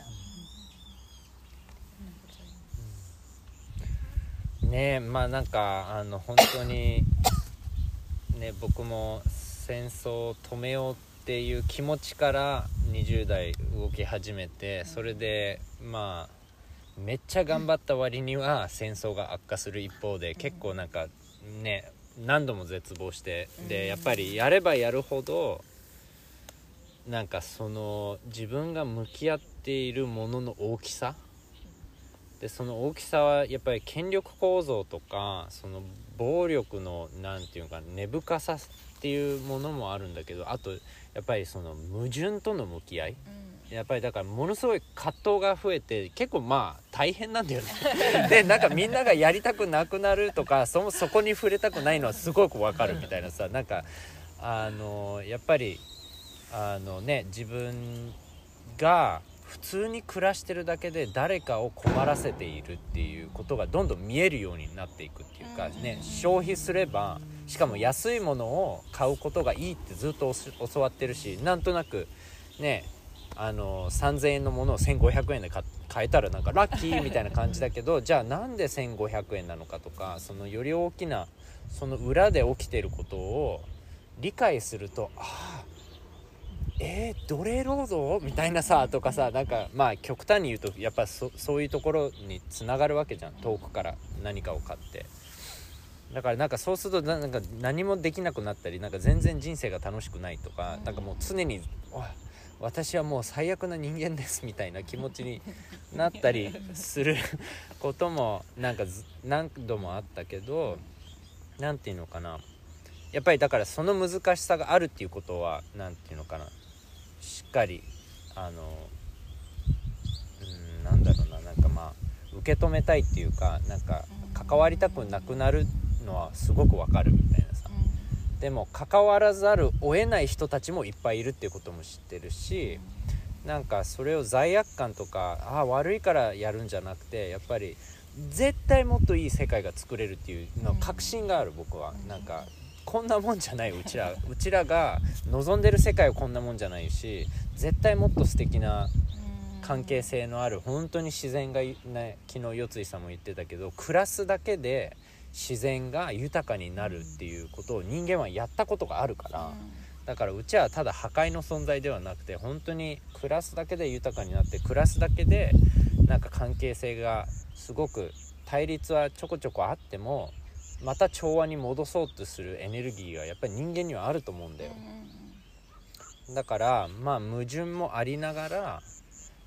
うん、ねえまあなんかあの本当にね僕も戦争を止めようっていう気持ちからにじゅう代動き始めてそれでまあめっちゃ頑張った割には戦争が悪化する一方で結構なんかね何度も絶望してでやっぱりやればやるほどなんかその自分が向き合っているものの大きさでその大きさはやっぱり権力構造とかその暴力のなんていうか根深さっていうものもあるんだけどあとやっぱりその矛盾との向き合いやっぱりだからものすごい葛藤が増えて結構まあ大変なんだよねでなんかみんながやりたくなくなるとか そ, そこに触れたくないのはすごくわかるみたいなさなんかあのやっぱりあのね自分が普通に暮らしてるだけで誰かを困らせているっていうことがどんどん見えるようになっていくっていうかね消費すればしかも安いものを買うことがいいってずっと教わってるしなんとなくねあのさんぜんえんのものをせんごひゃくえんで買えたらなんかラッキーみたいな感じだけどじゃあなんでせんごひゃくえんなのかとかそのより大きなその裏で起きてることを理解するとああえー、奴隷労働みたいなさとかさなんかまあ極端に言うとやっぱ そ, そういうところにつながるわけじゃん遠くから何かを買ってだからなんかそうするとなんか何もできなくなったりなんか全然人生が楽しくないとかなんかもう常に私はもう最悪な人間ですみたいな気持ちになったりすることもなんか何度もあったけどなんていうのかなやっぱりだからその難しさがあるっていうことはなんていうのかなしっかりあのうんなんだろうななんかまあ受け止めたいっていうかなんか関わりたくなくなるのはすごくわかるみたいなさでも関わらざるを得ない人たちもいっぱいいるっていうことも知ってるしなんかそれを罪悪感とかあ悪いからやるんじゃなくてやっぱり絶対もっといい世界が作れるっていうの確信がある僕はなんかこんなもんじゃないうちらうちらが望んでる世界はこんなもんじゃないし絶対もっと素敵な関係性のある本当に自然が、ね、昨日四井さんも言ってたけど暮らすだけで自然が豊かになるっていうことを人間はやったことがあるからだからうちはただ破壊の存在ではなくて本当に暮らすだけで豊かになって暮らすだけでなんか関係性がすごく対立はちょこちょこあってもまた調和に戻そうとするエネルギーがやっぱり人間にはあると思うんだよだからまあ矛盾もありながら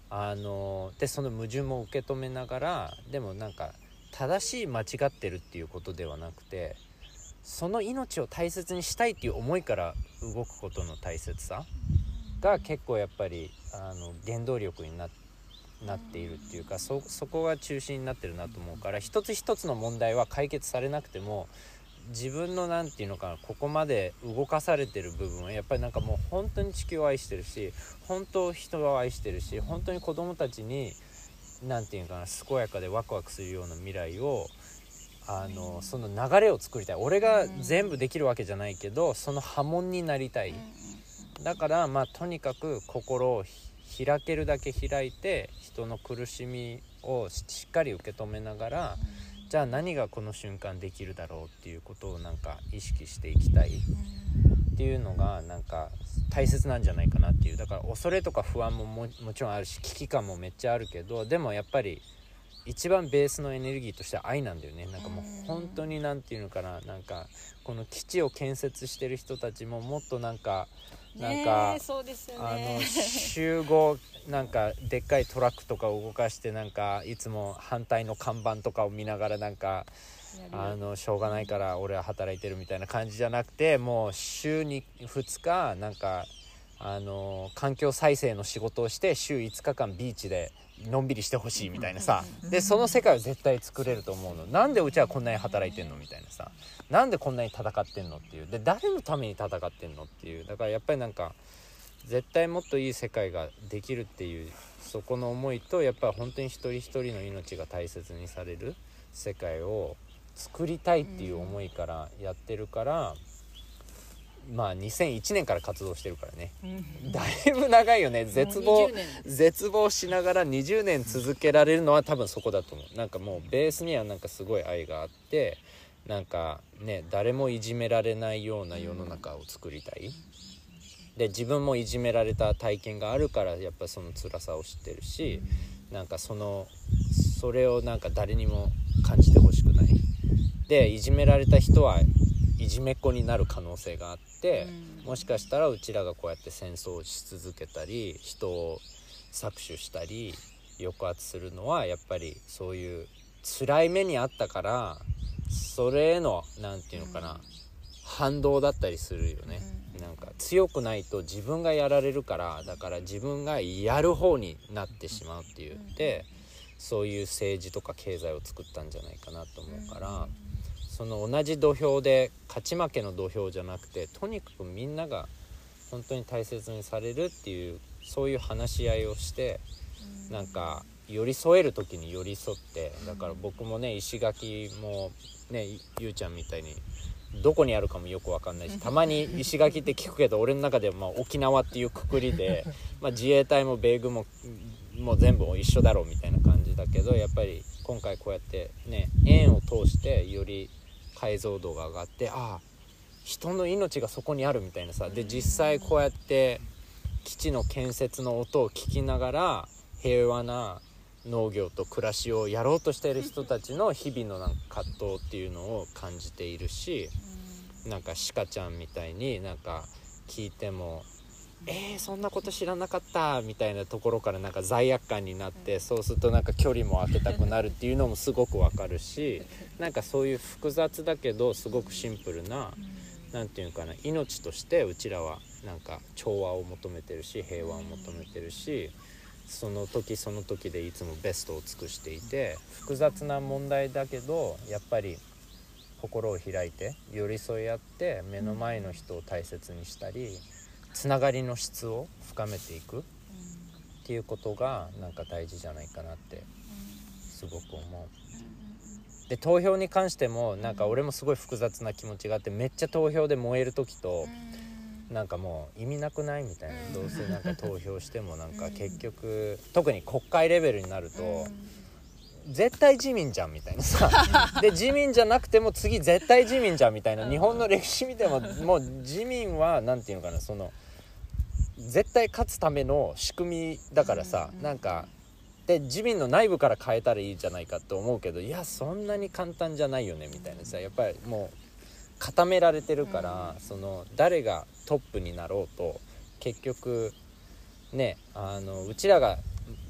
あのでその矛盾も受け止めながら、でもなんか正しい間違ってるっていうことではなくて、その命を大切にしたいっていう思いから動くことの大切さが結構やっぱりあの原動力になってなっているっていうか、 そ, そこが中心になってるなと思うから、一つ一つの問題は解決されなくても自分のなんていうのかな、ここまで動かされてる部分はやっぱりなんかもう本当に地球を愛してるし、本当人を愛してるし、本当に子供たちになんていうかな、健やかでワクワクするような未来をあのその流れを作りたい。俺が全部できるわけじゃないけど、その波紋になりたい。だからまあとにかく心を開けるだけ開いて、人の苦しみをしっかり受け止めながら、じゃあ何がこの瞬間できるだろうっていうことをなんか意識していきたいっていうのがなんか大切なんじゃないかなっていう。だから恐れとか不安も も, もちろんあるし、危機感もめっちゃあるけど、でもやっぱり一番ベースのエネルギーとしては愛なんだよね。なんかもう本当になんていうのかな、なんかこの基地を建設してる人たちももっとなんかなんか、 ね、そうですよあね。 の集合なんかでっかいトラックとかを動かして、なんかいつも反対の看板とかを見ながらなんかあのしょうがないから俺は働いてるみたいな感じじゃなくて、もう週にふつかなんかあの環境再生の仕事をして週いつかかんビーチでのんびりしてほしいみたいなさ、でその世界を絶対作れると思うの。なんでうちはこんなに働いてんのみたいなさ、なんでこんなに戦ってんのっていう、で誰のために戦ってんのっていう。だからやっぱりなんか絶対もっといい世界ができるっていう、そこの思いと、やっぱり本当に一人一人の命が大切にされる世界を作りたいっていう思いからやってるから、まあにせんいちねんから活動してるからね、だいぶ長いよね。絶望絶望しながらにじゅうねん続けられるのは多分そこだと思う。なんかもうベースにはなんかすごい愛があって、なんかね、誰もいじめられないような世の中を作りたい。で自分もいじめられた体験があるからやっぱその辛さを知ってるし、なんかそのそれをなんか誰にも感じてほしくない。でいじめられた人はいじめっ子になる可能性があって、もしかしたらうちらがこうやって戦争をし続けたり人を搾取したり抑圧するのは、やっぱりそういう辛い目にあったから、それへのなんていうのかな、反動だったりするよね。なんか強くないと自分がやられるから、だから自分がやる方になってしまうっていうで、そういう政治とか経済を作ったんじゃないかなと思うから、その同じ土俵で勝ち負けの土俵じゃなくて、とにかくみんなが本当に大切にされるっていう、そういう話し合いをして、なんか寄り添える時に寄り添って、だから僕もね、石垣もね、ゆうちゃんみたいにどこにあるかもよく分かんないし、たまに石垣って聞くけど俺の中ではまあ沖縄っていうくくりで、まあ自衛隊も米軍ももう全部一緒だろうみたいな感じだけど、やっぱり今回こうやってね、縁を通してより解像度が上がって、ああ人の命がそこにあるみたいなさ、で実際こうやって基地の建設の音を聞きながら平和な農業と暮らしをやろうとしている人たちの日々のなんか葛藤っていうのを感じているし、なんかシカちゃんみたいになんか聞いてもえー、そんなこと知らなかったみたいなところからなんか罪悪感になって、そうするとなんか距離も空けたくなるっていうのもすごくわかるし、なんかそういう複雑だけどすごくシンプルな、なんていうかな、命としてうちらはなんか調和を求めてるし平和を求めてるし、その時その時でいつもベストを尽くしていて、複雑な問題だけどやっぱり心を開いて寄り添い合って目の前の人を大切にしたり、つながりの質を深めていくっていうことがなんか大事じゃないかなってすごく思う。で投票に関してもなんか俺もすごい複雑な気持ちがあって、めっちゃ投票で燃える時と、なんかもう意味なくないみたいな、どうせなんか投票してもなんか結局特に国会レベルになると絶対自民じゃんみたいなさで自民じゃなくても次絶対自民じゃんみたいな、日本の歴史見てももう自民はなんていうのかな、その絶対勝つための仕組みだからさ、なんかで自民の内部から変えたらいいじゃないかって思うけど、いやそんなに簡単じゃないよねみたいなさ、やっぱりもう固められてるから、その誰がトップになろうと結局ね、あのうちらが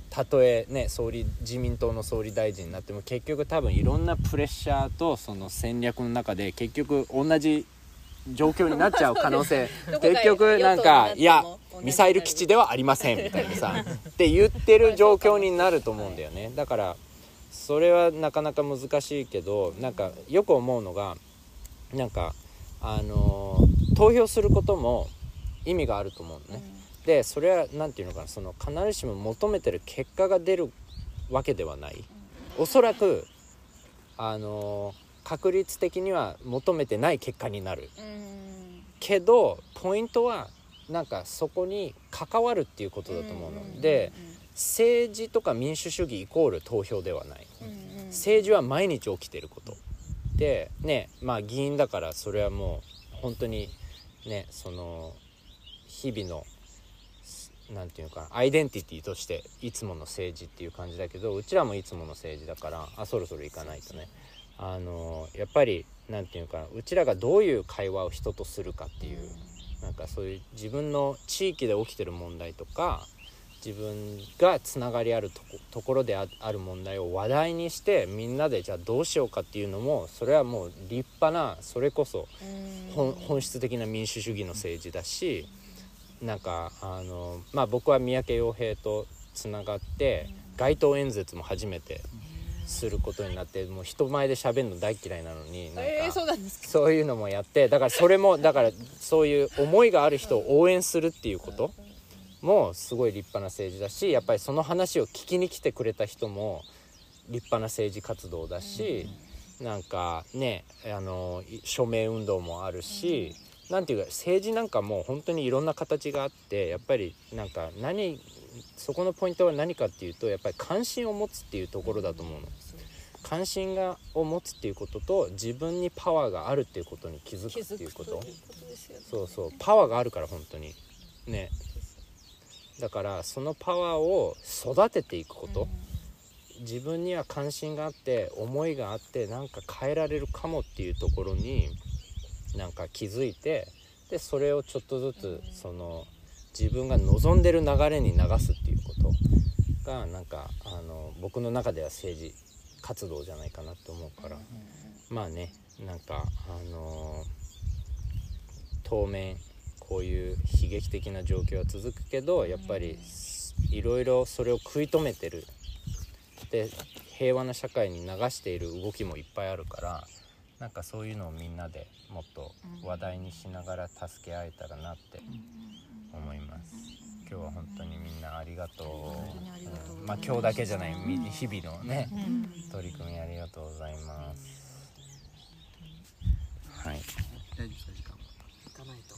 たとえね総理自民党の総理大臣になっても結局多分いろんなプレッシャーとその戦略の中で結局同じ状況になっちゃう可能性結局なんかいやミサイル基地ではありませんみたいなさって言ってる状況になると思うんだよね。だからそれはなかなか難しいけど、なんかよく思うのがなんかあのー、投票することも意味があると思うのね、うん、でそれはなんていうのかな、その必ずしも求めてる結果が出るわけではない、うん、おそらくあのー、確率的には求めてない結果になる、うん、けどポイントはなんかそこに関わるっていうことだと思うの、うん、で政治とか民主主義イコール投票ではない、うん、政治は毎日起きてることでね、まあ議員だからそれはもう本当にね、その日々のなんていうかアイデンティティとしていつもの政治っていう感じだけど、うちらもいつもの政治だから、あそろそろ行かないとね、あのやっぱりなんていうかうちらがどういう会話を人とするかっていう、なんかそういう自分の地域で起きてる問題とか自分がつながりあると こ, ところで あ, ある問題を話題にしてみんなでじゃあどうしようかっていうのも、それはもう立派なそれこそ 本, 本質的な民主主義の政治だし、なんかあの、まあ、僕は三宅洋平とつながって街頭演説も初めてすることになって、もう人前で喋るの大嫌いなのになんか、えー、そうなんですか。そういうのもやって、だからそれもだからそういう思いがある人を応援するっていうこともすごい立派な政治だし、やっぱりその話を聞きに来てくれた人も立派な政治活動だし、なんかねあの署名運動もあるし、なんていうか政治なんかもう本当にいろんな形があって、やっぱりなんか何そこのポイントは何かっていうと、やっぱり関心を持つっていうところだと思うの。関心がを持つっていうことと自分にパワーがあるっていうことに気づくっていうこと、そうそうパワーがあるから本当にね。だからそのパワーを育てていくこと、うん、自分には関心があって思いがあってなんか変えられるかもっていうところになんか気づいて、でそれをちょっとずつその自分が望んでる流れに流すっていうことがなんかあの僕の中では政治活動じゃないかなと思うから、まあねなんかあの当面こういう悲劇的な状況は続くけど、やっぱりいろいろそれを食い止めてるで平和な社会に流している動きもいっぱいあるから、なんかそういうのをみんなでもっと話題にしながら助け合えたらなって思います。今日は本当にみんなありがとう、うん、まあ今日だけじゃない日々のね、取り組みありがとうございます。はい。 行かないと。